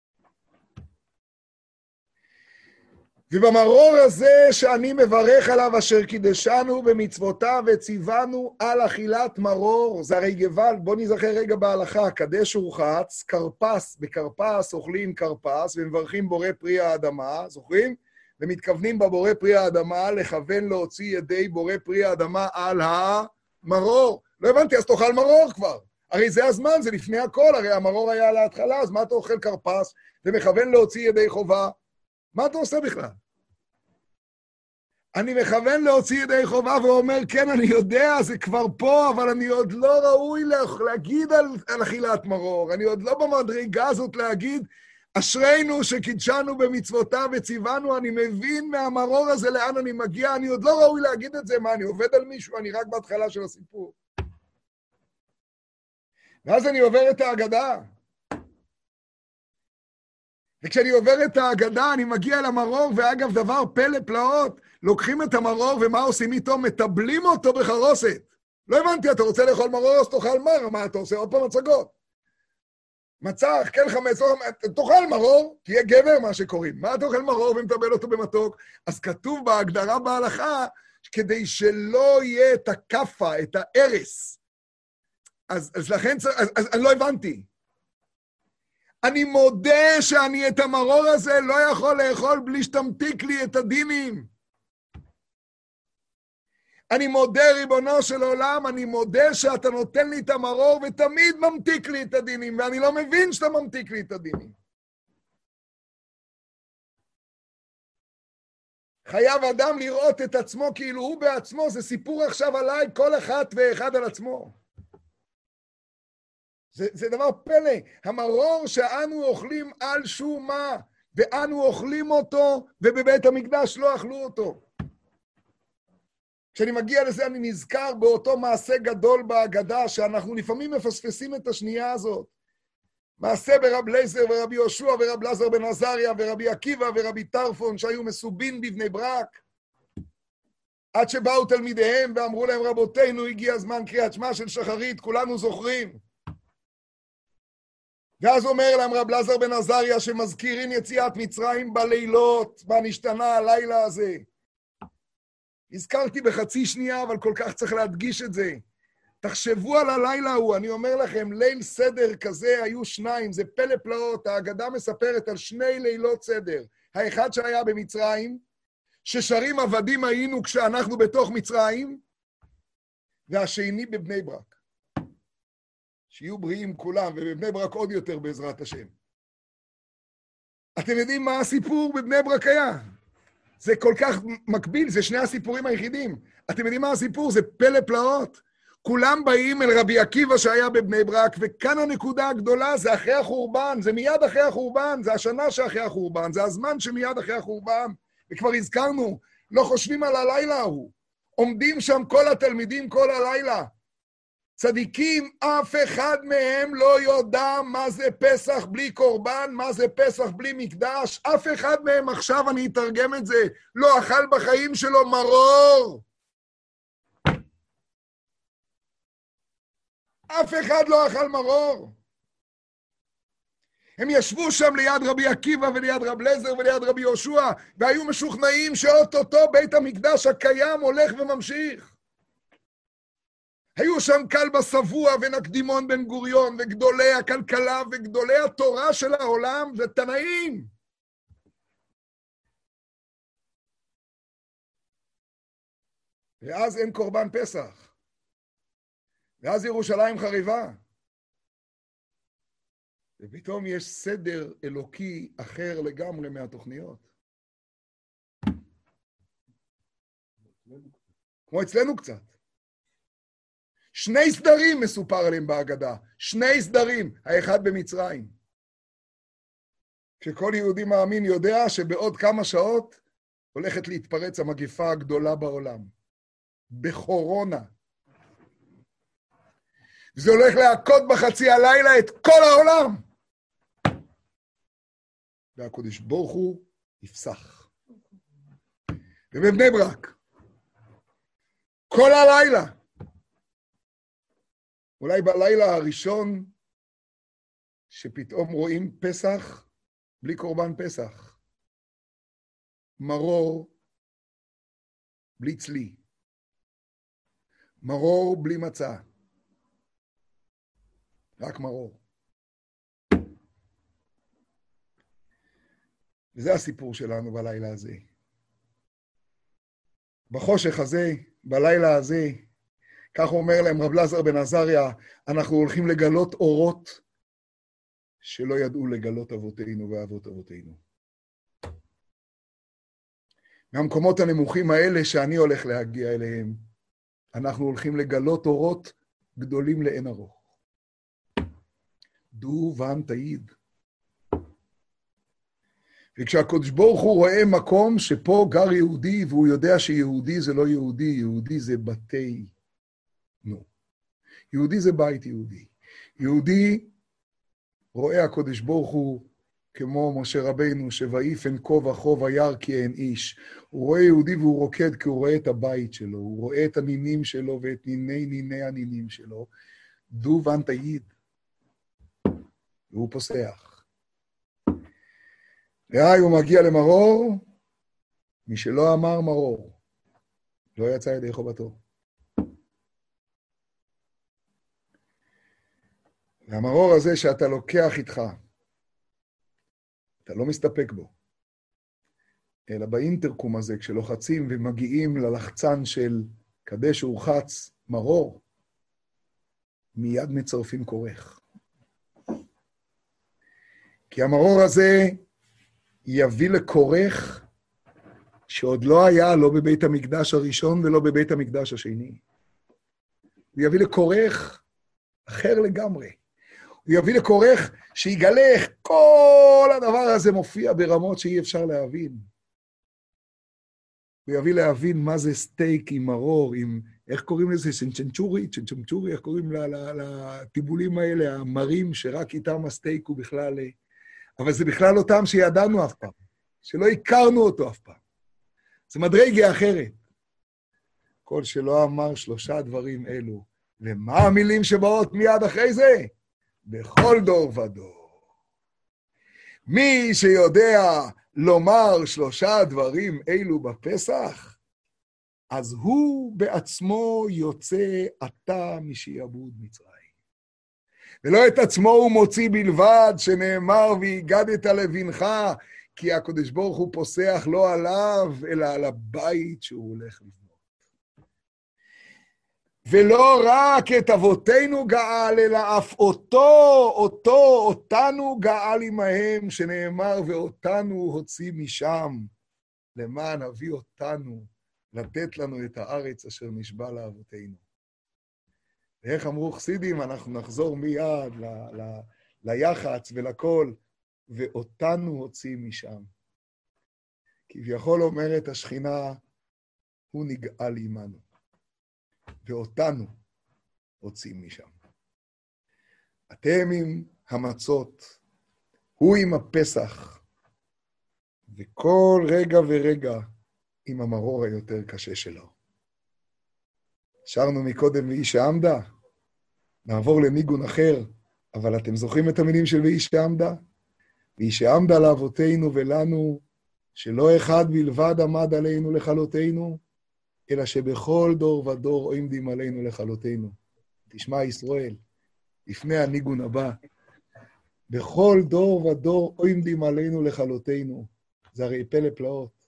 ובמרור הזה שאני מברך עליו, אשר קידשנו במצוותיו וציוונו על אכילת מרור, זה הרי גבל, בוא נזכר רגע בהלכה, קדש ורחץ, קרפס, בקרפס אוכלים קרפס, ומברכים בורא פרי האדמה, זוכרים? ומתכוונים בבורא פרי האדמה לכוון להוציא ידי בורא פרי האדמה על המרור. לא הבנתי, אז תאכל מרור כבר. הרי זה הזמן, זה לפני הכל, הרי המרור היה על ההתחלה, אז מה אתה אוכל קרפס ומכוון להוציא ידי חובה? מה אתה עושה בכלל? אני מכוון להוציא ידי חובה ואומר, כן, אני יודע, זה כבר פה, אבל אני עוד לא ראוי להגיד על אכילת מרור. אני עוד לא במדרגה הזאת להגיד, אשרינו שקידשנו במצוותיו וציוונו, אני מבין מהמרור הזה לאן אני מגיע, אני עוד לא ראוי להגיד את זה, מה, אני עובד על מישהו, אני רק בהתחלה של הסיפור. ואז אני עובר את ההגדה. וכשאני עובר את ההגדה, אני מגיע למרור, ואגב, דבר פלא פלאות, לוקחים את המרור, ומה עושים איתו? מטבלים אותו בחרוסת. לא הבנתי, אתה רוצה לאכול מרור, אז תאכל מר, מה אתה עושה? עוד פעם מצגות. מצח, כן חמץ, תאכל מרור, תהיה גבר, מה שקוראים. מה אתה אוכל מרור ומטבל אותו במתוק? אז כתוב בהגדרה בהלכה, כדי שלא יהיה את הכפה, את הארס. אז לכן, אז אני לא הבנתי. אני מודה שאני את המרור הזה לא יכול לאכול בלי שתמתיק לי את הדינים. אני מודה, ריבונו של עולם, אני מודה שאתה נותן לי את המרור ותמיד ממתיק לי את הדינים, ואני לא מבין שאתה ממתיק לי את הדינים. חייב אדם לראות את עצמו כאילו הוא בעצמו, זה סיפור עכשיו עליי, כל אחד ואחד על עצמו. זה דבר פלא. המרור שאנו אוכלים על שום מה, ואנו אוכלים אותו, ובבית המקדש לא אכלו אותו. כשאני מגיע לזה, אני נזכר באותו מעשה גדול בהגדה, שאנחנו לפעמים מפספסים את השנייה הזאת. מעשה ברב לייזר ורבי יהושע ורב לזר בן עזריה ורבי עקיבא ורבי טרפון, שהיו מסובין בבני ברק, עד שבאו תלמידיהם ואמרו להם, רבותינו, הגיע הזמן קריאת שמע של שחרית, כולנו זוכרים. ואז אומר להם רב לזר בן עזריה, שמזכירים יציאת מצרים בלילות, מה נשתנה הלילה הזה. הזכרתי בחצי שנייה, אבל כל כך צריך להדגיש את זה. תחשבו על הלילה ההוא, אני אומר לכם, ליל סדר כזה היו שניים, זה פלא פלאות, ההגדה מספרת על שני לילות סדר. האחד שהיה במצרים, ששרים עבדים היינו כשאנחנו בתוך מצרים, והשני בבני ברק. שיהיו בריאים כולם, ובבני ברק עוד יותר בעזרת השם. אתם יודעים מה הסיפור בבני ברק היה? זה כל כך מקביל, זה שני הסיפורים היחידים. אתם יודעים מה הסיפור? זה פלא פלאות. כולם באים אל רבי עקיבא שהיה בבני ברק, וכאן הנקודה הגדולה, זה אחרי החורבן, זה מיד אחרי החורבן, זה השנה שאחרי החורבן, זה הזמן שמיד אחרי החורבן, וכבר הזכרנו, לא חושבים על הלילה ההוא. עומדים שם כל התלמידים כל הלילה. צדיקים, אף אחד מהם לא יודע מה זה פסח בלי קורבן, מה זה פסח בלי מקדש, אף אחד מהם, עכשיו אני אתרגם את זה, לא אכל בחיים שלו מרור. אף אחד לא אכל מרור. הם ישבו שם ליד רבי עקיבא וליד רב לזר וליד רבי יהושע, והיו משוכנעים שאוטוטו בית המקדש הקיים הולך וממשיך. היו שם כלבא שבוע ונקדימון בן גוריון וגדולי הכלכלה וגדולי התורה של העולם ותנאים. ואז אין קורבן פסח. ואז ירושלים חריבה. ופתאום יש סדר אלוקי אחר לגמרי מהתוכניות. כמו אצלנו קצת. 2 סדרים מסופר עליהם בהגדה. 2 סדרים, האחד במצרים. כשכל יהודי מאמין יודע שבעוד כמה שעות הולכת להתפרץ המגפה הגדולה בעולם. בחורונה. וזה הולך להכות בחצי הלילה את כל העולם. והקדוש ברוך הוא יפסח. ובבני ברק. כל הלילה. אולי בלילה הראשון שפתאום רואים פסח בלי קורבן פסח. מרור בלי צלי. מרור בלי מצה. רק מרור. וזה הסיפור שלנו בלילה הזה. בחושך הזה, בלילה הזה, כך אומר להם רב לזר בן עזריה, אנחנו הולכים לגלות אורות שלא ידעו לגלות אבותינו ואבות אבותינו. מהמקומות הנמוכים האלה שאני הולך להגיע אליהם, אנחנו הולכים לגלות אורות גדולים לאין ארוך. דו ואן תעיד. וכשהקדוש ברוך הוא רואה מקום שפה גר יהודי, והוא יודע שיהודי זה לא יהודי, יהודי זה בתי. נו. יהודי זה בית יהודי. יהודי רואה הקדוש ברוך הוא כמו משה רבינו, שויפן כה וכה וירא כי אין איש. הוא רואה יהודי והוא רוקד כי הוא רואה את הבית שלו, הוא רואה את הנינים שלו ואת ניני הנינים שלו. דו ואן תעיד. והוא פוסח. והי הוא מגיע למרור, מי שלא אמר מרור, לא יצא ידי חובתו. והמרור הזה שאתה לוקח איתך, אתה לא מסתפק בו, אלא באינטרקום הזה, כשלוחצים ומגיעים ללחצן של קדש ורחץ מרור, מיד מצרפים כורך. כי המרור הזה יביא לכורך שעוד לא היה, לא בבית המקדש הראשון ולא בבית המקדש השני. הוא יביא לכורך אחר לגמרי. הוא יביא לכורך שיגלה איך כל הדבר הזה מופיע ברמות שאי אפשר להבין. הוא יביא להבין מה זה סטייק עם מרור, עם, איך קוראים לזה? צ'נצ'נצ'ורי, איך קוראים לטיבולים האלה, המרים שרק איתם הסטייק הוא בכלל... אבל זה בכלל לא טעם שידענו אף פעם, שלא הכרנו אותו אף פעם. זה מדרגה אחרת. כל שלא אמר 3 דברים אלו, ומה המילים שבאות מיד אחרי זה? בכל דור ודור. מי שיודע לומר 3 דברים אלו בפסח, אז הוא בעצמו יוצא עתה משעבוד מצרים. ולא את עצמו הוא מוציא בלבד, שנאמר, והגדת לבנך, כי הקדוש ברוך הוא פוסח לא עליו, אלא על הבית שהוא הולך לבנות. ולא רק את אבותינו גאל, אלא אף אותנו גאל עמהם, שנאמר, ואותנו הוציא משם, למען הביא אותנו, לתת לנו את הארץ אשר נשבע לאבותינו. ואיך אמרו חסידים, אנחנו נחזור מיד ליח"צ ולכל, ואותנו הוציא משם. כביכול אומרת השכינה, הוא נגאל עמנו, ואותנו הוציא משם. אתם עם המצות, הוא עם הפסח, וכל רגע ורגע עם המרור היותר קשה שלו. שרנו מקודם ואיש שעמדה, נעבור לניגון אחר, אבל אתם זוכרים את המילים של ואיש שעמדה? ואיש שעמדה לאבותינו ולנו, שלא אחד בלבד עמד עלינו לכלותינו, אלא שבכל דור ודור עומדים עלינו לכלותינו. תשמע ישראל, לפני הניגון הבא, בכל דור ודור עומדים עלינו לכלותנו, זה הרי פלא פלאות.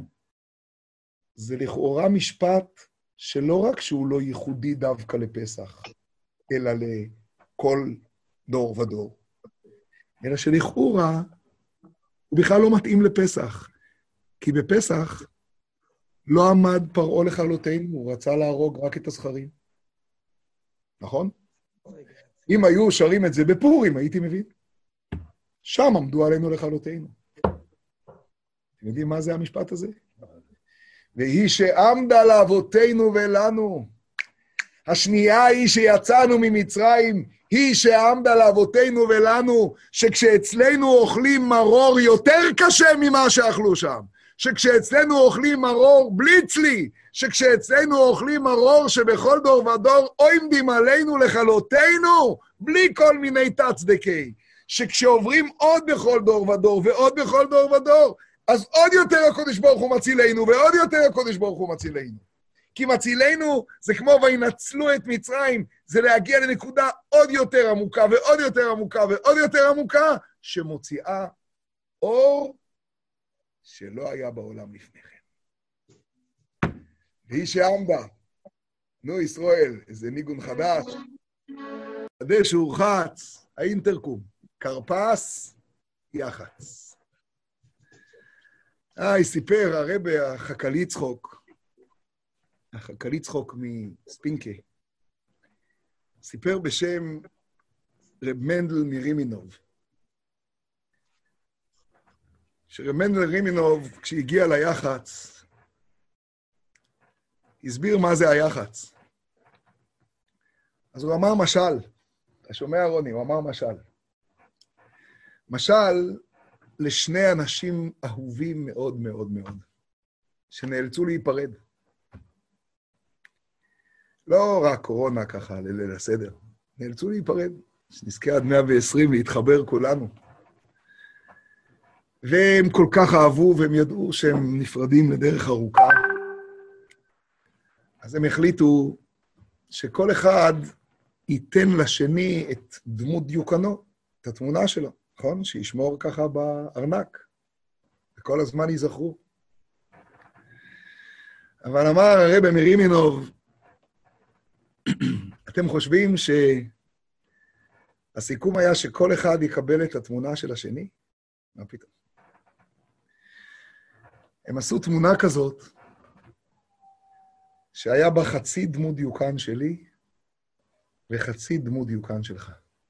זה לכאורה משפט שלא רק שהוא לא ייחודי דווקא לפסח, אלא לכל דור ודור, אלא שלכאורה הוא בכלל לא מתאים לפסח, כי בפסח לא עמד פרעה לכלותנו, הוא רצה להרוג רק את הזכרים. נכון? אם היו שרים את זה בפורים, הייתי מבין. שם עמדו עלינו לכלותנו. אתם יודעים מה זה המשפט הזה? והיא שעמדה לאבותינו ולנו. השנייה היא שיצאנו ממצרים, היא שעמדה לאבותינו ולנו, שכשאצלנו אוכלים מרור יותר קשה ממה שאכלו שם. שכשאצלנו אוכלים מרור בלי צלי, שכשאצלנו אוכלים מרור שבכל דור ודור עומדים עלינו לכלותנו, בלי כל מיני תצדקי. שכשעוברים עוד בכל דור ודור ועוד בכל דור ודור, אז עוד יותר הקודש ברוך הוא מצילנו, ועוד יותר הקודש ברוך הוא מצילנו. כי מצילנו זה כמו וינצלו את מצרים, זה להגיע לנקודה עוד יותר עמוקה ועוד יותר עמוקה ועוד יותר עמוקה, שמוציאה אור שלא היה בעולם לפני כן. והיא שעמדה, נו ישראל, איזה ניגון חדש, חדש ורחץ, האינטרקום, קרפס, יחץ. סיפר הרבי החכלי צחוק מספינקה, סיפר בשם רב מנדל מרימינוב, שרב מנדל רימינוב, כשהגיע ליחץ, הסביר מה זה היחץ. אז הוא אמר משל, אתה שומע רוני, הוא אמר משל. משל לשני אנשים אהובים מאוד מאוד מאוד, שנאלצו להיפרד. לא רק קורונה ככה, ליל הסדר, נאלצו להיפרד, שנזכה עד 120 להתחבר כולנו. והם כל כך אהבו, והם ידעו שהם נפרדים לדרך ארוכה. אז הם החליטו שכל אחד ייתן לשני את דמות דיוקנו, את התמונה שלו, נכון? שישמור ככה בארנק, וכל הזמן ייזכרו. אבל אמר הרבי מרימינוב, אתם חושבים שהסיכום היה שכל אחד יקבל את התמונה של השני? מה פתאום? הם עשו תמונה כזאת, שהיה בה חצי דמות דיוקן שלי, וחצי דמות דיוקן שלך.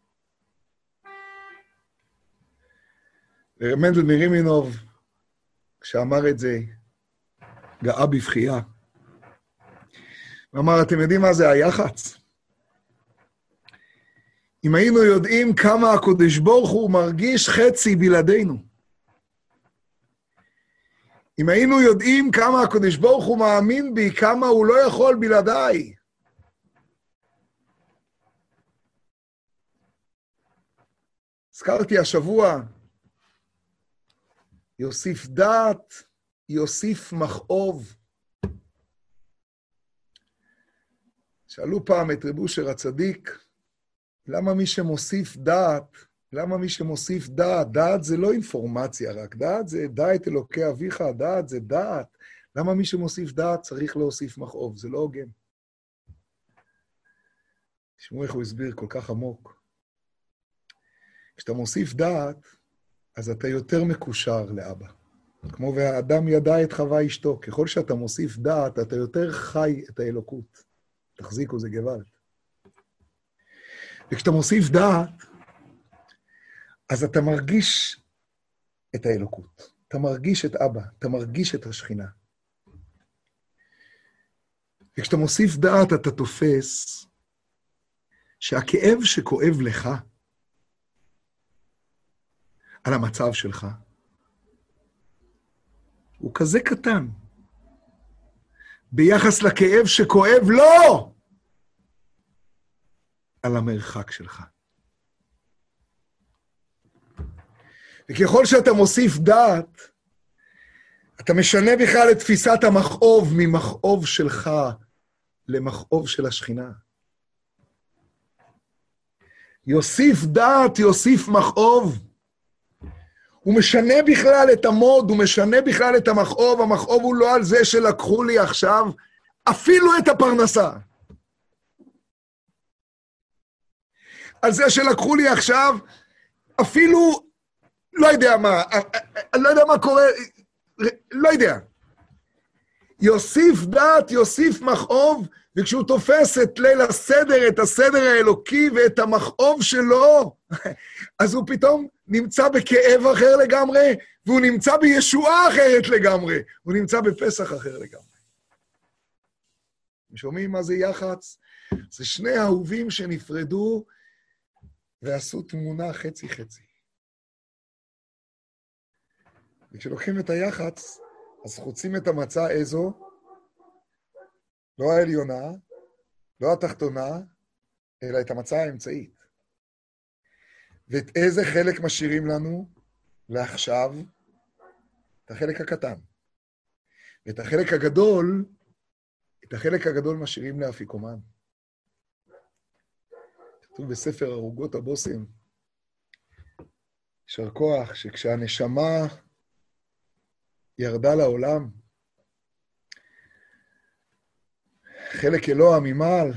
ורב מנדל מרימינוב, כשאמר את זה, גאה בבחייה. ואמר, אתם יודעים מה זה היחץ? אם היינו יודעים כמה הקדוש ברוך הוא מרגיש חצי בלעדינו, אם היינו יודעים כמה הקדוש ברוך הוא מאמין בי, כמה הוא לא יכול בלעדיי. הזכרתי השבוע, יוסיף דעת, יוסיף מכאוב. שאלו פעם את רב אושר הצדיק, למה מי שמוסיף דעת, דעת זה לא אינפורמציה רק, דעת זה דע את אלוקי אביך, דעת זה דעת. למה מי שמוסיף דעת צריך להוסיף מכאוב? זה לא הוגן. תשמעו איך הוא הסביר כל כך עמוק. כשאתה מוסיף דעת, אז אתה יותר מקושר לאבא. כמו והאדם ידע את חווה אשתו, ככל שאתה מוסיף דעת, אתה יותר חי את האלוקות. תחזיקו, זה גוואלד. וכשאתה מוסיף דעת, אז אתה מרגיש את האלוקות. אתה מרגיש את אבא, אתה מרגיש את השכינה. וכשאתה מוסיף דעת, אתה תופס שהכאב שכואב לך על המצב שלך, הוא כזה קטן, ביחס לכאב שכואב לא על המרחק שלך. וככל שאתה מוסיף דעת, אתה משנה בכלל את תפיסת המכאוב ממכאוב שלך למכאוב של השכינה. יוסיף דעת, יוסיף מכאוב. הוא משנה בכלל את המוד, הוא משנה בכלל את המכאוב. המכאוב הוא לא על זה שלקחו לי עכשיו אפילו את הפרנסה. על זה שלקחו לי עכשיו אפילו, לא יודע מה, לא יודע מה קורה, לא יודע. יוסיף דעת, יוסיף מכאוב, וכשהוא תופס את ליל הסדר, את הסדר האלוקי ואת המכאוב שלו, אז הוא פתאום נמצא בכאב אחר לגמרי, והוא נמצא בישועה אחרת לגמרי, הוא נמצא בפסח אחר לגמרי. שומעים מה זה יח"צ? זה שני אהובים שנפרדו ועשו תמונה חצי-חצי. וכשלוקחים את היח"צ, אז חוצים את המצה איזו, לא העליונה, לא התחתונה, אלא את המצה האמצעית. ואת איזה חלק משאירים לנו? לעכשיו, את החלק הקטן. ואת החלק הגדול, את החלק הגדול משאירים לאפיקומן. כתוב בספר הרוגות הבוסם, יישר כוח, שכשהנשמה ירדה לעולם, חלק אלוה ממעל,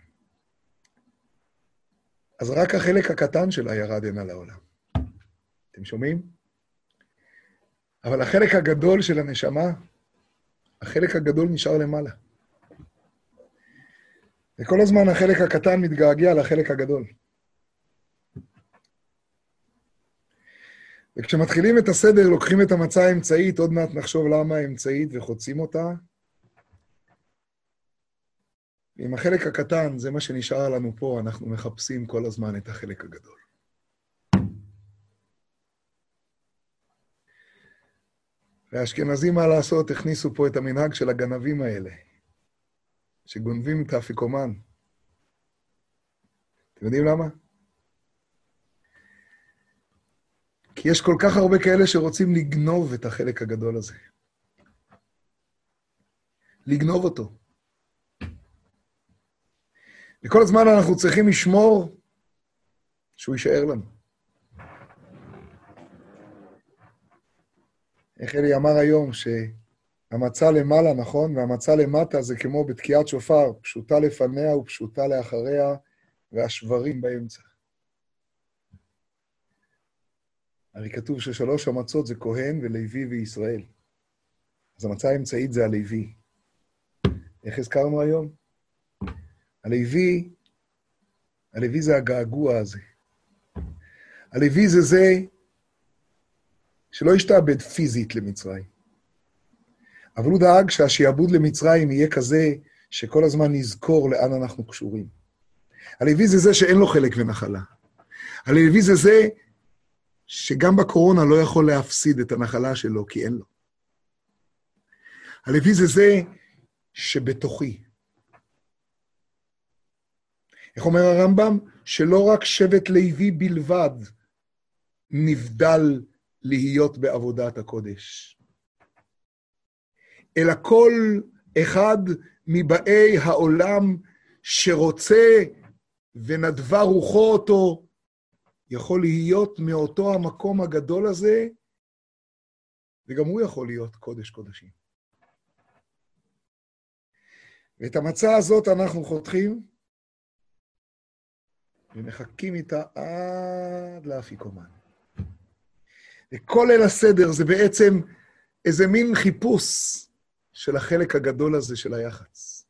אז רק החלק הקטן שלה ירד הנה לעולם. אתם שומעים? אבל החלק הגדול של הנשמה, החלק הגדול נשאר למעלה. וכל הזמן החלק הקטן מתגעגע לחלק הגדול. וכשמתחילים את הסדר, לוקחים את המצה האמצעית, עוד מעט נחשוב למה האמצעית וחוצים אותה. ועם החלק הקטן, זה מה שנשאר לנו פה, אנחנו מחפשים כל הזמן את החלק הגדול. והאשכנזים, מה לעשות, הכניסו פה את המנהג של הגנבים האלה, שגונבים את האפיקומן. אתם יודעים למה? כי יש כל כך הרבה כאלה שרוצים לגנוב את החלק הגדול הזה. לגנוב אותו. וכל הזמן אנחנו צריכים לשמור שהוא יישאר לנו. איך אלי אמר היום שהמצה למעלה, נכון? והמצה למטה זה כמו בתקיעת שופר, פשוטה לפניה ופשוטה לאחריה, והשברים באמצע. הרי כתוב ששלוש המצות זה כהן ולוי וישראל. אז המצה האמצעית זה הלוי. איך הזכרנו היום? הלוי זה הגעגוע הזה. הלוי זה זה שלא ישתעבד פיזית למצרים. אבל הוא דאג שהשיעבוד למצרים יהיה כזה שכל הזמן נזכור לאן אנחנו קשורים. הלוי זה זה שאין לו חלק ונחלה. הלוי זה זה שגם בקורונה לא יכול להפסיד את הנחלה שלו, כי אין לו. הלוי זה זה שבתוכי. איך אומר הרמב"ם? שלא רק שבט לוי בלבד נבדל להיות בעבודת הקודש, אלא כל אחד מבאי העולם שרוצה ונדבה רוחו אותו, יכול להיות מאותו המקום הגדול הזה, וגם הוא יכול להיות קודש קודשים. ואת המצה הזאת אנחנו חותכים, ומחכים איתה עד לאפיקומן. וכל ליל הסדר זה בעצם איזה מין חיפוש של החלק הגדול הזה של היח"צ.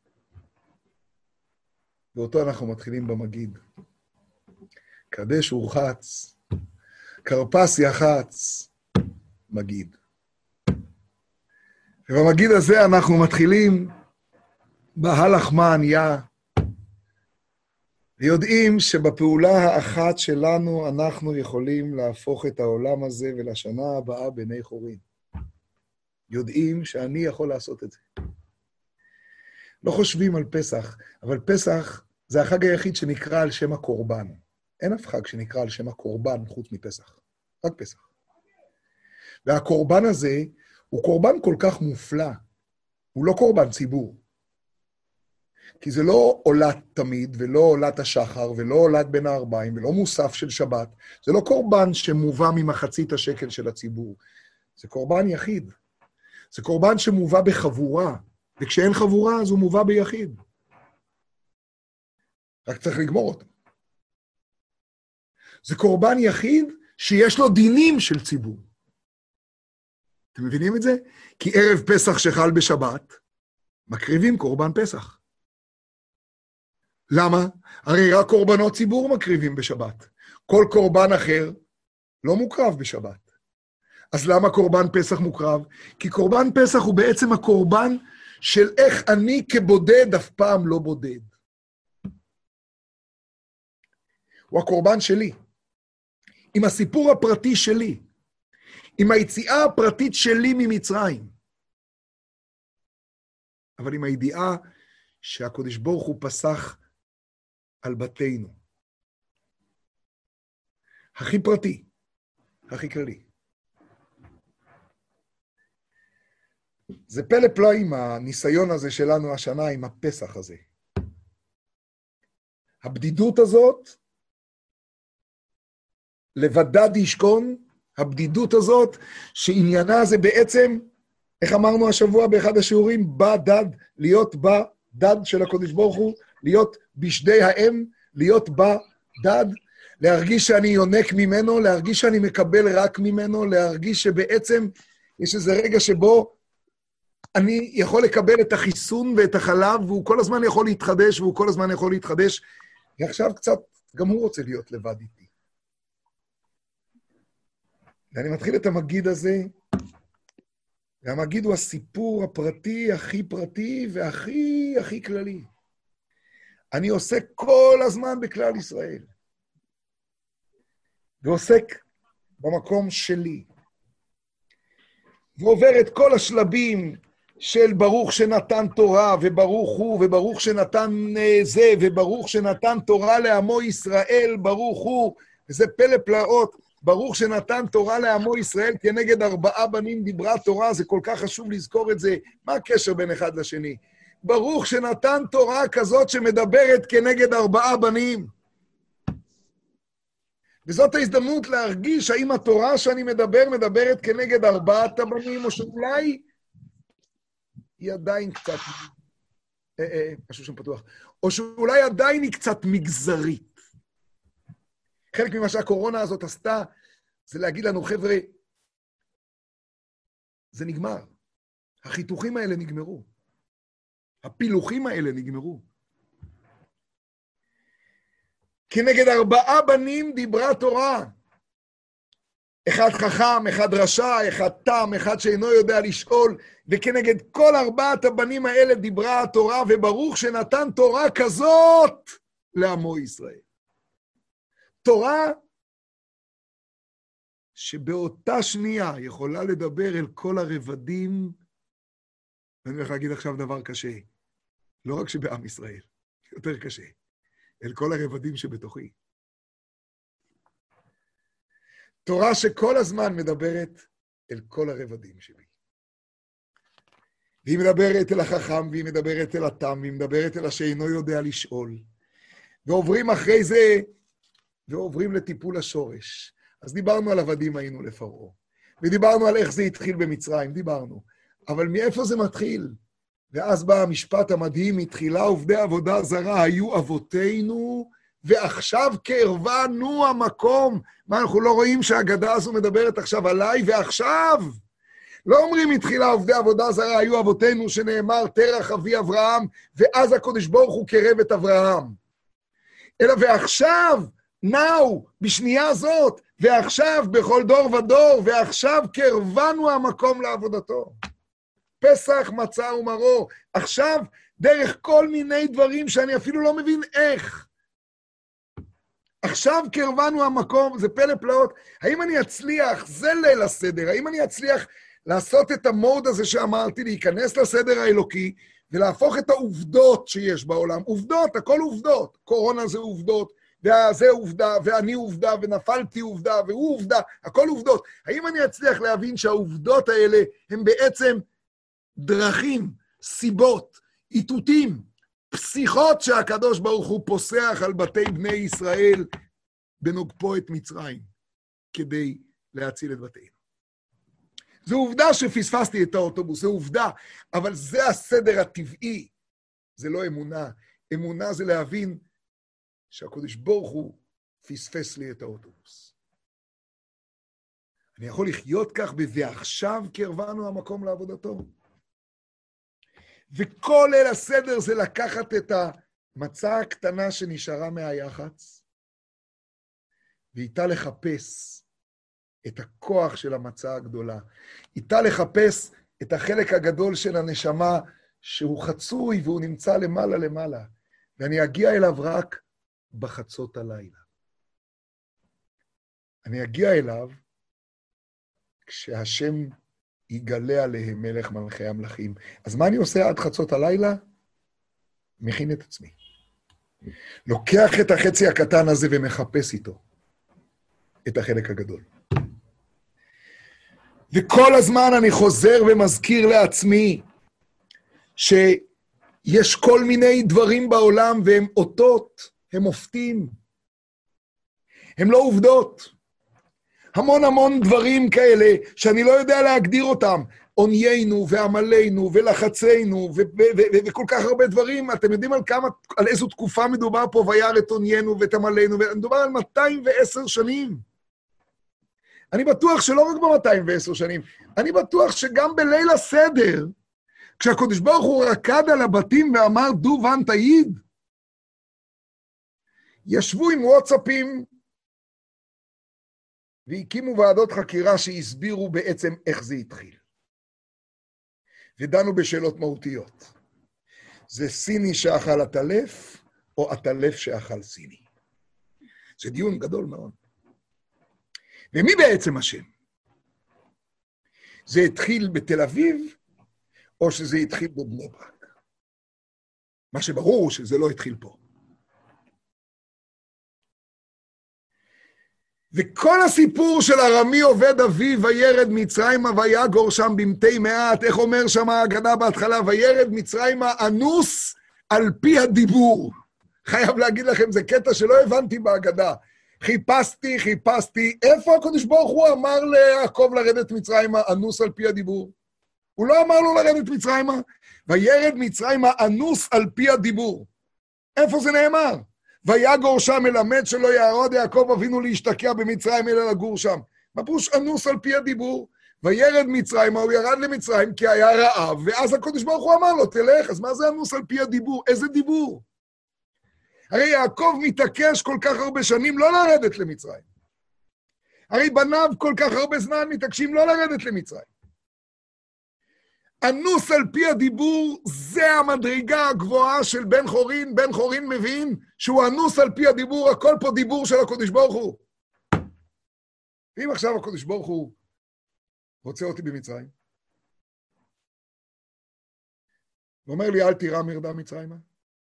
ואותו אנחנו מתחילים במגיד. קדש ורחץ, כרפס יח"צ, מגיד. ובמגיד הזה אנחנו מתחילים בהלחמה ענייה, ויודעים שבפעולה האחת שלנו אנחנו יכולים להפוך את העולם הזה ולשנה הבאה בני חורין. יודעים שאני יכול לעשות את זה. לא חושבים על פסח, אבל פסח זה החג היחיד שנקרא על שם הקורבן. אין אף חג שנקרא על שם הקורבן חוץ מפסח. רק פסח. והקורבן הזה הוא קורבן כל כך מופלא. הוא לא קורבן ציבור. כי זה לא עולת תמיד, ולא עולת השחר, ולא עולת בין הערביים, ולא מוסף של שבת. זה לא קורבן שמובא ממחצית השקל של הציבור. זה קורבן יחיד. זה קורבן שמובא בחבורה, וכשאין חבורה אז הוא מובא ביחיד. רק צריך לגמור אותו. זה קורבן יחיד שיש לו דינים של ציבור. אתם מבינים את זה? כי ערב פסח שחל בשבת, מקריבים קורבן פסח. למה? הרי רק קורבנות ציבור מקריבים בשבת. כל קורבן אחר לא מוקרב בשבת. אז למה קורבן פסח מוקרב? כי קורבן פסח הוא בעצם הקורבן של איך אני כבודד אף פעם לא בודד. הוא הקורבן שלי. עם הסיפור הפרטי שלי. עם היציאה הפרטית שלי ממצרים. אבל עם הידיעה שהקדוש ברוך הוא פסח על בתינו. הכי פרטי, הכי כללי. זה פלא פלאים, הניסיון הזה שלנו השנה עם הפסח הזה. הבדידות הזאת, לבדד ישכון, הבדידות הזאת, שעניינה זה בעצם, איך אמרנו השבוע באחד השיעורים, בדד, להיות בדד של הקדוש ברוך הוא, להיות בשדי האם, להיות בדד, להרגיש שאני יונק ממנו, להרגיש שאני מקבל רק ממנו, להרגיש שבעצם יש איזה רגע שבו אני יכול לקבל את החיסון ואת החלב, והוא כל הזמן יכול להתחדש, והוא כל הזמן יכול להתחדש, ועכשיו קצת גם הוא רוצה להיות לבד איתי. ואני מתחיל את המגיד הזה, והמגיד הוא הסיפור הפרטי, הכי פרטי והכי הכי כללי. אני עוסק כל הזמן בכלל ישראל. ועוסק במקום שלי. ועובר את כל השלבים של ברוך שנתן תורה, וברוך הוא, וברוך שנתן זה, וברוך שנתן תורה לעמו ישראל, ברוך הוא, וזה פלא פלאות, ברוך שנתן תורה לעמו ישראל, כנגד 4 בנים דיברה תורה, זה כל כך חשוב לזכור את זה, מה הקשר בין אחד לשני? ברוך שנתן תורה כזאת שמדברת כנגד 4 בנים. וזאת ההזדמנות להרגיש האם התורה שאני מדברת כנגד 4 הבנים, או שאולי היא עדיין קצת, משהו שם פתוח, או שאולי עדיין היא קצת מגזרית. חלק ממה שהקורונה הזאת עשתה, זה להגיד לנו, חבר'ה, זה נגמר. החיתוכים האלה נגמרו. הפילוחים האלה נגמרו. כנגד 4 בנים דיברה תורה. אחד חכם, אחד רשע, אחד תם, אחד שאינו יודע לשאול, וכנגד כל 4 הבנים האלה דיברה התורה, וברוך שנתן תורה כזאת לעמו ישראל. תורה שבאותה שנייה יכולה לדבר אל כל הרבדים, ואני הולך להגיד עכשיו דבר קשה, לא רק שבעם ישראל, יותר קשה, אל כל הרבדים שבתוכי. תורה שכל הזמן מדברת אל כל הרבדים שלי. והיא מדברת אל החכם, והיא מדברת אל התם, והיא מדברת אל השאינו יודע לשאול. ועוברים אחרי זה, ועוברים לטיפול השורש. אז דיברנו על עבדים היינו לפרעה, ודיברנו על איך זה התחיל במצרים, דיברנו. אבל מאיפה זה מתחיל? ואז בא המשפט המדהים, מתחילה עובדי עבודה זרה, היו אבותינו, ועכשיו קרבנו המקום. מה, אנחנו לא רואים שהאגדה הזו מדברת עכשיו עליי, ועכשיו? לא אומרים מתחילה עובדי עבודה זרה, היו אבותינו, שנאמר תרח אבי אברהם, ואז הקדוש ברוך הוא קרב את אברהם. אלא ועכשיו, נאו, בשנייה זאת, ועכשיו בכל דור ודור, ועכשיו קרבנו המקום לעבודתו. פסח, מצה ומרור. עכשיו, דרך כל מיני דברים שאני אפילו לא מבין איך. עכשיו קרבנו המקום, זה פלא פלאות. האם אני אצליח, זה ליל הסדר, האם אני אצליח לעשות את המוד הזה שאמרתי, להיכנס לסדר האלוקי, ולהפוך את העובדות שיש בעולם. עובדות, הכל עובדות. קורונה זה עובדות, וזה עובדה, ואני עובדה, ונפלתי עובדה, והוא עובדה, הכל עובדות. האם אני אצליח להבין שהעובדות האלה הם בעצם דרכים, סיבות, איתותים, פסיכות שהקדוש ברוך הוא פוסח על בתי בני ישראל בנוגפו את מצרים, כדי להציל את בתינו. זו עובדה שפספסתי את האוטובוס, זו עובדה, אבל זה הסדר הטבעי, זה לא אמונה. אמונה זה להבין שהקדוש ברוך הוא פספס לי את האוטובוס. אני יכול לחיות כך ועכשיו קרבנו המקום לעבודתו. וכל אל הסדר זה לקחת את המצה הקטנה שנשארה מהיחץ, ואיתה לחפש את הכוח של המצה הגדולה. איתה לחפש את החלק הגדול של הנשמה, שהוא חצוי והוא נמצא למעלה למעלה, ואני אגיע אליו רק בחצות הלילה. אני אגיע אליו כשהשם יגלה עליהם מלך מלכי המלכים. אז מה אני עושה עד חצות הלילה? מכין את עצמי. לוקח את החצי הקטן הזה ומחפש איתו את החלק הגדול. וכל הזמן אני חוזר ומזכיר לעצמי שיש כל מיני דברים בעולם והם אותות, הם מופתים. הם לא עובדות. המון דברים כאלה שאני לא יודע להגדיר אותם. עוניינו ועמלנו ולחצנו וכל כך הרבה דברים. אתם יודעים על איזו תקופה מדובר פה, וירא את עוניינו ואת עמלנו, מדובר על 210 שנים. אני בטוח שלא רק ב-210 שנים, אני בטוח שגם בליל הסדר, כשהקדוש ברוך הוא רקד על הבתים ואמר דו ון תעיד, ישבו עם וואטסאפים, והקימו ועדות חקירה שהסבירו בעצם איך זה התחיל. ודנו בשאלות מהותיות. זה סיני שאכל עטלף, או עטלף שאכל סיני? זה דיון גדול מאוד. ומי בעצם אשם? זה התחיל בתל אביב, או שזה התחיל בבני ברק? מה שברור שזה לא התחיל פה. וכל הסיפור של ארמי עובד אביו, וירד מצרימה ויגור שם במתי מעט, איך אומר שם ההגדה בהתחלה, וירד מצרימה אנוס על פי הדיבור. חייב להגיד לכם, זה קטע שלא הבנתי בהגדה. חיפשתי, איפה הקדוש ברוך הוא אמר ליעקב לרדת מצרימה אנוס על פי הדיבור? הוא לא אמר לו לרדת מצרימה, וירד מצרימה אנוס על פי הדיבור. איפה זה נאמר? ויגור שם מלמד שלא יערוד יעקב אבינו להשתקע במצרים אלא לגור שם. מה פירוש אנוס על פי הדיבור? וירד מצרימה, הוא ירד למצרים כי היה רעב, ואז הקדוש ברוך הוא אמר לו, תלך, אז מה זה אנוס על פי הדיבור? איזה דיבור? הרי יעקב מתעקש כל כך הרבה שנים לא לרדת למצרים. הרי בניו כל כך הרבה זמן מתעקשים לא לרדת למצרים. אנוס על פי הדיבור, זה המדרגה הגבוהה של בן חורין. בן חורין מבין שהוא אנוס על פי הדיבור, הכל פה דיבור של הקדוש ברוך הוא. ואם עכשיו הקדוש ברוך הוא רוצה אותי במצרים, ואומר לי, אל תירא מרדה מצרימה.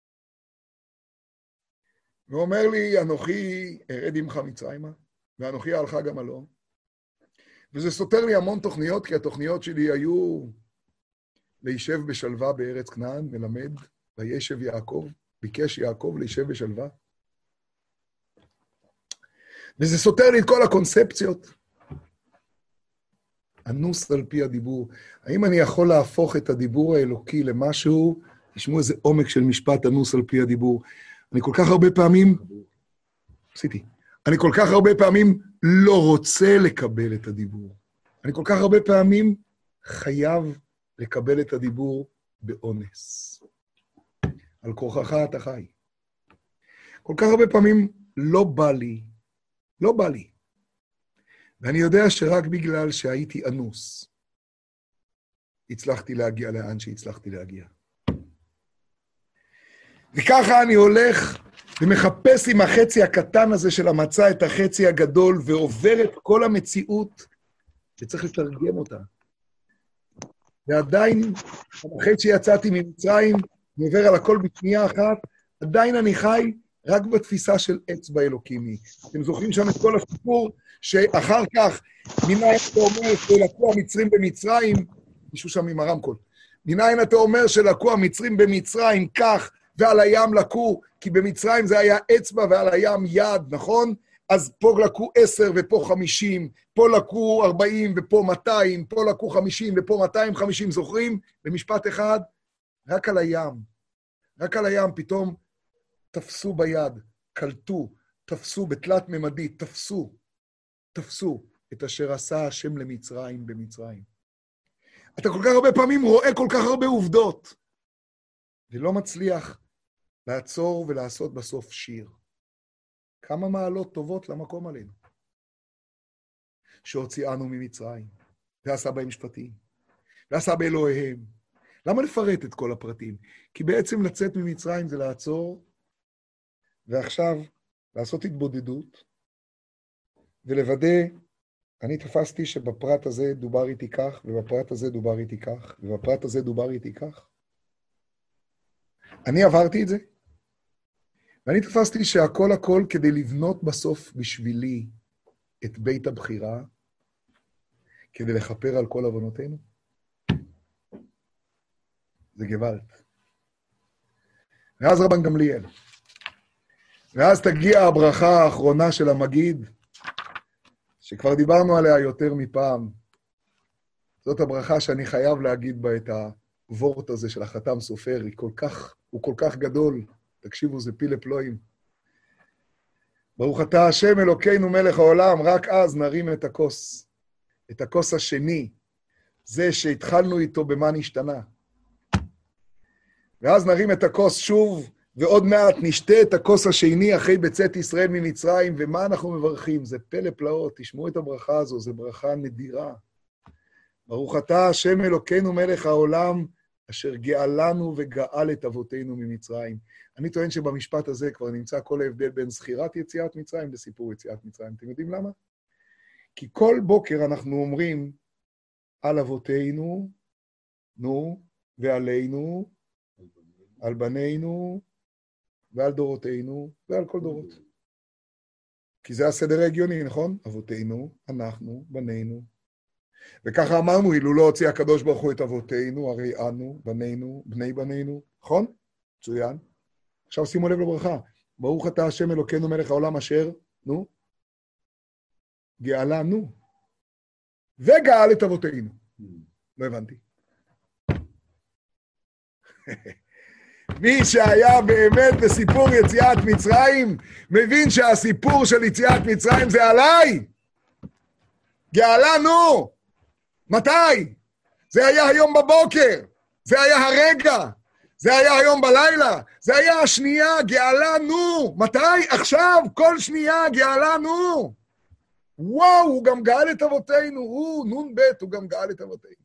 ואומר לי, אנוכי ארד עמך מצרימה, ואנוכי אהלך גמלו. וזה סותר לי המון תוכניות, כי התוכניות שלי היו להישב בשלווה בארץ כנען, מלמד, וישב יעקב, ביקש יעקב להישב בשלווה. וזה סותר לי את כל הקונספציות. אנוס על פי הדיבור. האם אני יכול להפוך את הדיבור האלוקי למשהו, תשמעו איזה עומק של משפט אנוס על פי הדיבור. אני כל כך הרבה פעמים, אני כל כך הרבה פעמים לא רוצה לקבל את הדיבור. אני כל כך הרבה פעמים חייב לקבל את הדיבור באונס. על כורחך אתה חי. כל כך הרבה פעמים לא בא לי. ואני יודע שרק בגלל שהייתי אנוס, הצלחתי להגיע לאן שהצלחתי להגיע. וככה אני הולך ומחפש עם החצי הקטן הזה של המצה את החצי הגדול, ועובר את כל המציאות שצריך לתרגם אותה. ועדיין, אחרי שיצאתי ממצרים, אני עובר על הכל בשנייה אחת, עדיין אני חי רק בתפיסה של אצבע אלוקימי. אתם זוכרים שם את כל הסיפור, שאחר כך, מנין אתה אומר שלקו המצרים במצרים, מישהו שם עם הרמקול, מנין אתה אומר שלקו המצרים במצרים כך, ועל הים לקו, כי במצרים זה היה אצבע ועל הים יד, נכון? אז פה לקו 10 ופה 50, פה לקו 40 ופה 200, פה לקו 50 ופה 250, זוכרים? במשפט אחד, רק על הים. רק על הים פתאום תפסו ביד, קלטו, תפסו בתלת ממדית, תפסו את אשר עשה השם למצרים במצרים. אתה כל כך הרבה פעמים רואה כל כך הרבה עובדות, ולא מצליח לעצור ולעשות בסוף שיר. כמה מעלות טובות למקום עלינו. שהוציאנו ממצרים, ועשה בהם משפטים, ועשה באלוהיהם. למה לפרט את כל הפרטים? כי בעצם לצאת ממצרים זה לעצור, ועכשיו לעשות התבודדות, ולוודא, אני תפסתי שבפרט הזה דובר איתי כך, ובפרט הזה דובר איתי כך, ובפרט הזה דובר איתי כך. אני עברתי את זה, ואני תפסתי שהכל כדי לבנות בסוף בשבילי את בית הבחירה, כדי לכפר על כל עוונותינו. זה גוואלד. ואז רבן גמליאל. ואז תגיע הברכה האחרונה של המגיד, שכבר דיברנו עליה יותר מפעם. זאת הברכה שאני חייב להגיד בה את הוורט הזה של החתם סופר, הוא כל כך גדול. תקשיבו, זה פילה פלואים. ברוך אתה השם אלוקינו מלך העולם, רק אז נרים את הכוס. את הכוס השני, זה שהתחלנו איתו במה נשתנה. ואז נרים את הכוס שוב, ועוד מעט נשתה את הכוס השני אחרי בצאת ישראל ממצרים, ומה אנחנו מברכים? זה פלא פלאות, תשמעו את הברכה הזו, זו ברכה נדירה. ברוך אתה השם אלוקינו מלך העולם, אשר גאלנו וגאל את אבותינו ממצרים. אני טוען שבמשפט הזה כבר נמצא כל ההבדל בין זכירת יציאת מצרים לסיפור יציאת מצרים. אתם יודעים למה? כי כל בוקר אנחנו אומרים על אבותינו, ועלינו, על בנינו, ועל דורותינו, ועל כל דורות. כי זה הסדר ההגיוני, נכון? אבותינו, אנחנו, בנינו. וככה אמרנו, אילו לא הוציא הקדוש ברוך הוא את אבותינו, הרי אנו, בנינו, בני בנינו, נכון? מצוין. עכשיו שימו לב לברכה. ברוך אתה השם אלוקינו מלך העולם אשר, גאלנו, וגאל את אבותינו. לא הבנתי. מי שהיה באמת בסיפור יציאת מצרים, מבין שהסיפור של יציאת מצרים זה עליי. גאלנו. מתי? זה היה היום בבוקר. זה היה הרגע. זה היה היום בלילה. זה היה השנייה, גאלנו. מתי? עכשיו, כל שנייה, גאלנו. וואו, הוא גם גאל את אבותינו. נון בית, הוא גם גאל את אבותינו.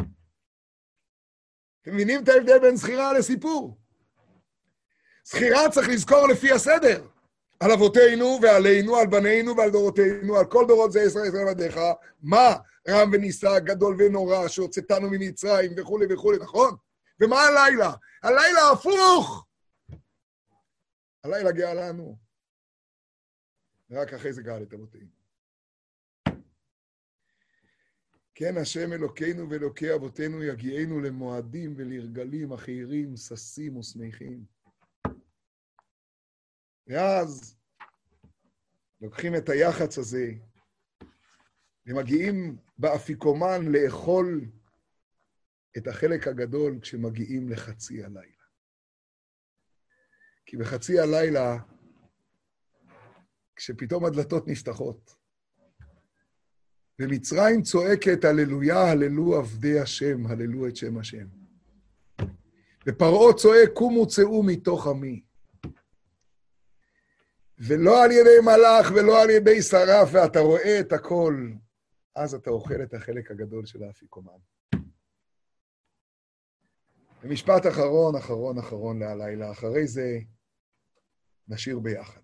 אתם מבינים את ההבדל בין זכירה לסיפור? זכירה צריך לזכור לפי הסדר. על אבותינו ועלינו, על בנינו ועל דורותינו, על כל דורות זה ישראל ועבדיך. מה? רם וניסה, גדול ונורא, שהוצאתנו ממצרים וכו' וכו', נכון? ומה הלילה? הלילה הפוך! הלילה גאלנו. רק אחרי זה גאל את אבותינו. כן, השם אלוקינו ואלוקי אבותינו יגיענו למועדים ולרגלים אחרים, ששים ושמחים. ואז לוקחים את היחץ הזה, ומגיעים באפיקומן לאכול את החלק הגדול כשמגיעים לחצי הלילה. כי בחצי הלילה, כשפתאום הדלתות נפתחות, ומצרים צועקת, הללויה, הללו עבדי השם, הללו את שם השם. ופרעה צועק, קומו צאו מתוך עמי. ולא על ידי מלאך ולא על ידי שרף, ואתה רואה את הכל, אז אתה אוכל את החלק הגדול של האפיקומן. ומשפט אחרון להלילה, אחרי זה נשאיר ביחד.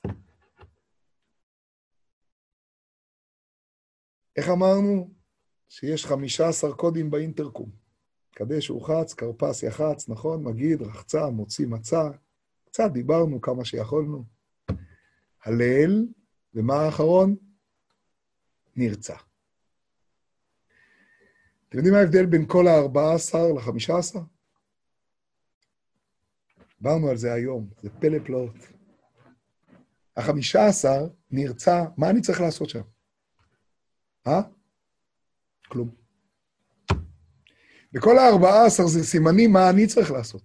איך אמרנו? שיש 15 קודים באינטרקום. קדש ורחץ, קרפס יחץ, נכון? מגיד, רחצה, מוציא מצה. קצת דיברנו כמה שיכולנו. הלל, ומה האחרון? נרצה. אתם יודעים מה ההבדל בין כל ה-14 ל-15? דיברנו על זה היום, זה פלא פלאות. 15 נרצה, מה אני צריך לעשות שם? כלום. וכל 14 זה סימנים מה אני צריך לעשות.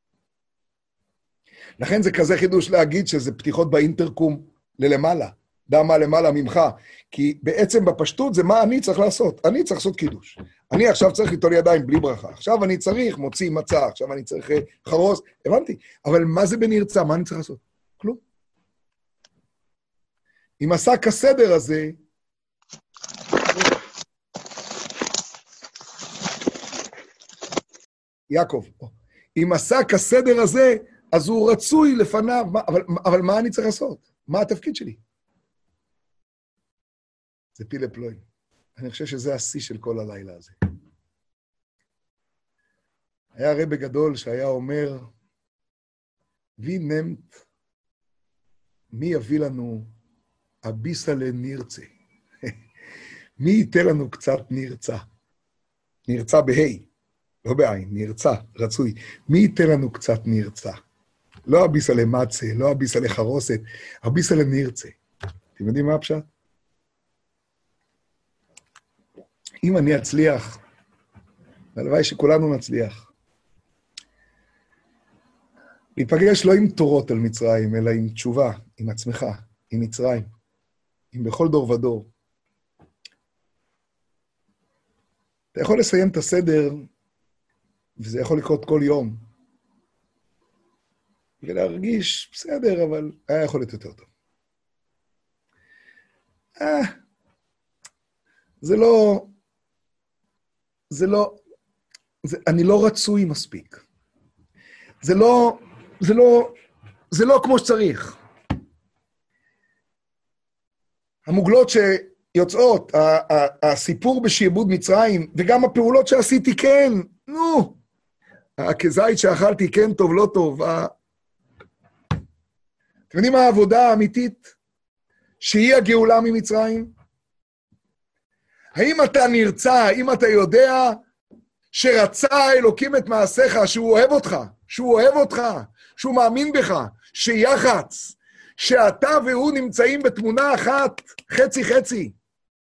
לכן זה כזה חידוש להגיד שזה פתיחות באינטרקום ללמעלה. דע מה למעלה ממך. כי בעצם בפשטות זה מה אני צריך לעשות. אני צריך לעשות קידוש. אני עכשיו צריך ליטול ידיים בלי ברכה. עכשיו אני צריך מוציא מצה, עכשיו אני צריך חרוס. הבנתי. אבל מה זה בנרצה? מה אני צריך לעשות? כלום. אם עשה כסדר הזה, יעקב, אם עשה כסדר הזה, אז הוא רצוי לפניו, אבל מה אני צריך לעשות? מה התפקיד שלי? זה פילה פלואים. אני חושב שזה השיא של כל הלילה הזה. היה רבי גדול שהיה אומר, וי נמת, מי יביא לנו אביסה לנרצה? מי ייתן לנו קצת נרצה? נרצה בהי, לא בעין, נרצה, רצוי. מי ייתן לנו קצת נרצה? לא אביסה למצה, לא אביסה לחרוסת, אביסה לנרצה. אתם יודעים מה הפשט? אם אני אצליח, והלוואי שכולנו נצליח, להיפגש לא עם תורות על מצרים, אלא עם תשובה, עם עצמך, עם מצרים, עם בכל דור ודור. אתה יכול לסיים את הסדר, וזה יכול לקרות כל יום, ולהרגיש בסדר, אבל היה יכול להיות יותר טוב. אני לא רצוי מספיק. זה לא כמו שצריך. המוגלות שיוצאות, הסיפור בשעבוד מצרים, וגם הפעולות שעשיתי כן, נו, הכזית שאכלתי כן טוב, לא טוב. אתם יודעים מה העבודה האמיתית? שהיא הגאולה ממצרים? האם אתה נרצה, האם אתה יודע שרצה אלוקים את מעשיך, שהוא אוהב אותך, שהוא מאמין בך, שיחץ, שאתה והוא נמצאים בתמונה אחת, חצי,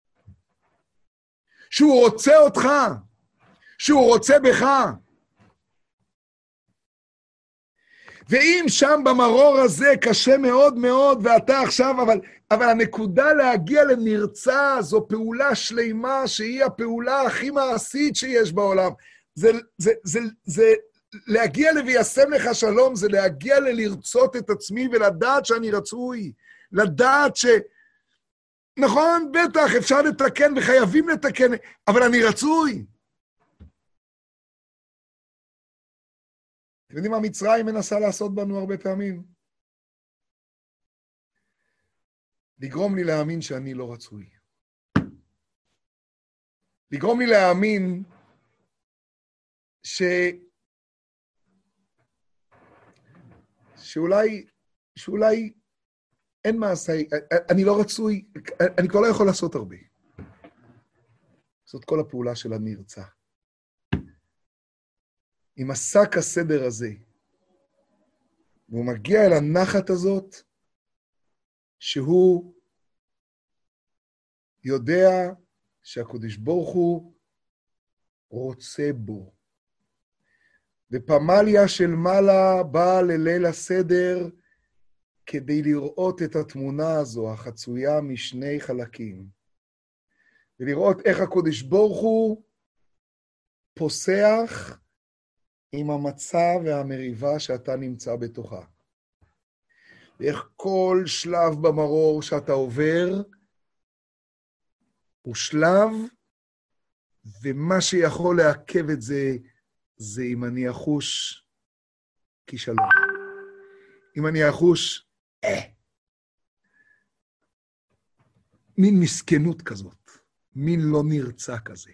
שהוא רוצה אותך, שהוא רוצה בך. ואם שם במרור הזה קשה מאוד מאוד, ואתה עכשיו, אבל הנקודה להגיע לנרצה, זו פעולה שלימה, שהיא הפעולה הכי מעשית שיש בעולם. זה להגיע לוישם לך שלום, זה להגיע ללרצות את עצמי, ולדעת שאני רצוי, לדעת נכון, בטח, אפשר לתקן וחייבים לתקן, אבל אני רצוי. אתם יודעים מה מצרים מנסה לעשות בנו הרבה פעמים? לגרום לי להאמין שאני לא רצוי. לגרום לי להאמין שאולי אין מעשה, אני לא רצוי, אני כבר לא יכול לעשות הרבה. זאת כל הפעולה של הנרצה. עם עסק הסדר הזה, והוא מגיע אל הנחת הזאת, שהוא יודע שהקדוש ברוך הוא רוצה בו. ופמליה של מעלה באה לליל הסדר, כדי לראות את התמונה הזו, החצויה משני חלקים. ולראות איך הקדוש ברוך הוא פוסח עם המצב והמריבה שאתה נמצא בתוכה. ואיך כל שלב במרור שאתה עובר, הוא שלב, ומה שיכול לעכב את זה, זה אם אני אחוש כישלון. אם אני אחוש, מין מסכנות כזאת, מין לא נרצה כזה.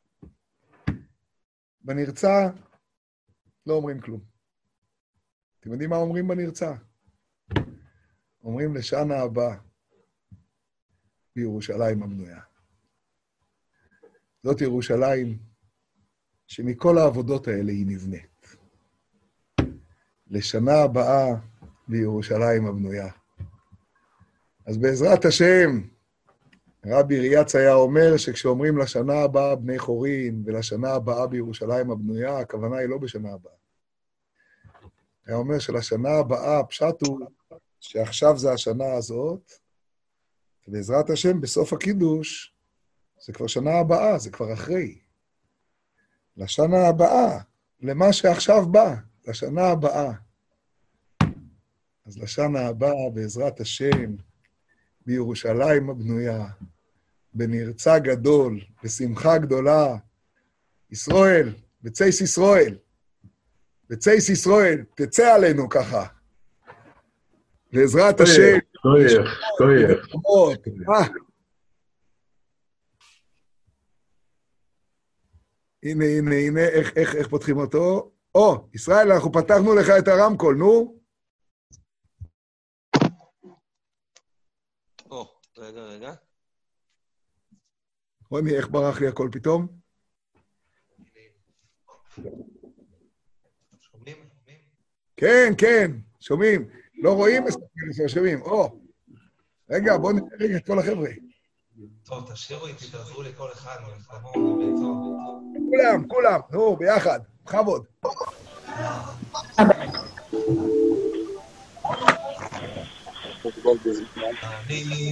בנרצה לא אומרים כלום. אתם יודעים מה אומרים בנרצה? אומרים לשנה הבאה, בירושלים הבנויה. זאת ירושלים שמכל העבודות האלה היא נבנית. לשנה הבאה בירושלים הבנויה. אז בעזרת השם, רבי ריאץ היה אומר שכשאומרים לשנה הבאה בני חורין ולשנה הבאה בירושלים הבנויה, הכוונה היא לא בשנה הבאה. היה אומר שלשנה הבאה, הפשט הוא שעכשיו זה השנה הזאת, ובעזרת השם בסוף הקידוש, זה כבר שנה הבאה, זה כבר אחרי. לשנה הבאה, למה שעכשיו בא, לשנה הבאה. אז לשנה הבאה, בעזרת השם, בירושלים הבנויה, בנרצה גדול, בשמחה גדולה, ישראל, בצייס ישראל, בצייס ישראל, תצא עלינו ככה. בעזרת השם. כוייך. הנה, איך פותחים אותו? ישראל, אנחנו פתחנו לך את הרמקול, נו. רגע. רוני, איך ברח לי הכל פתאום? שומעים? כן, שומעים. לא רואים, שומעים. רגע, בואו נראה את כל החבר'ה. טוב, תשאירו איתי, תעזרו לי כל אחד. כולם, נו, ביחד, בכבוד. אני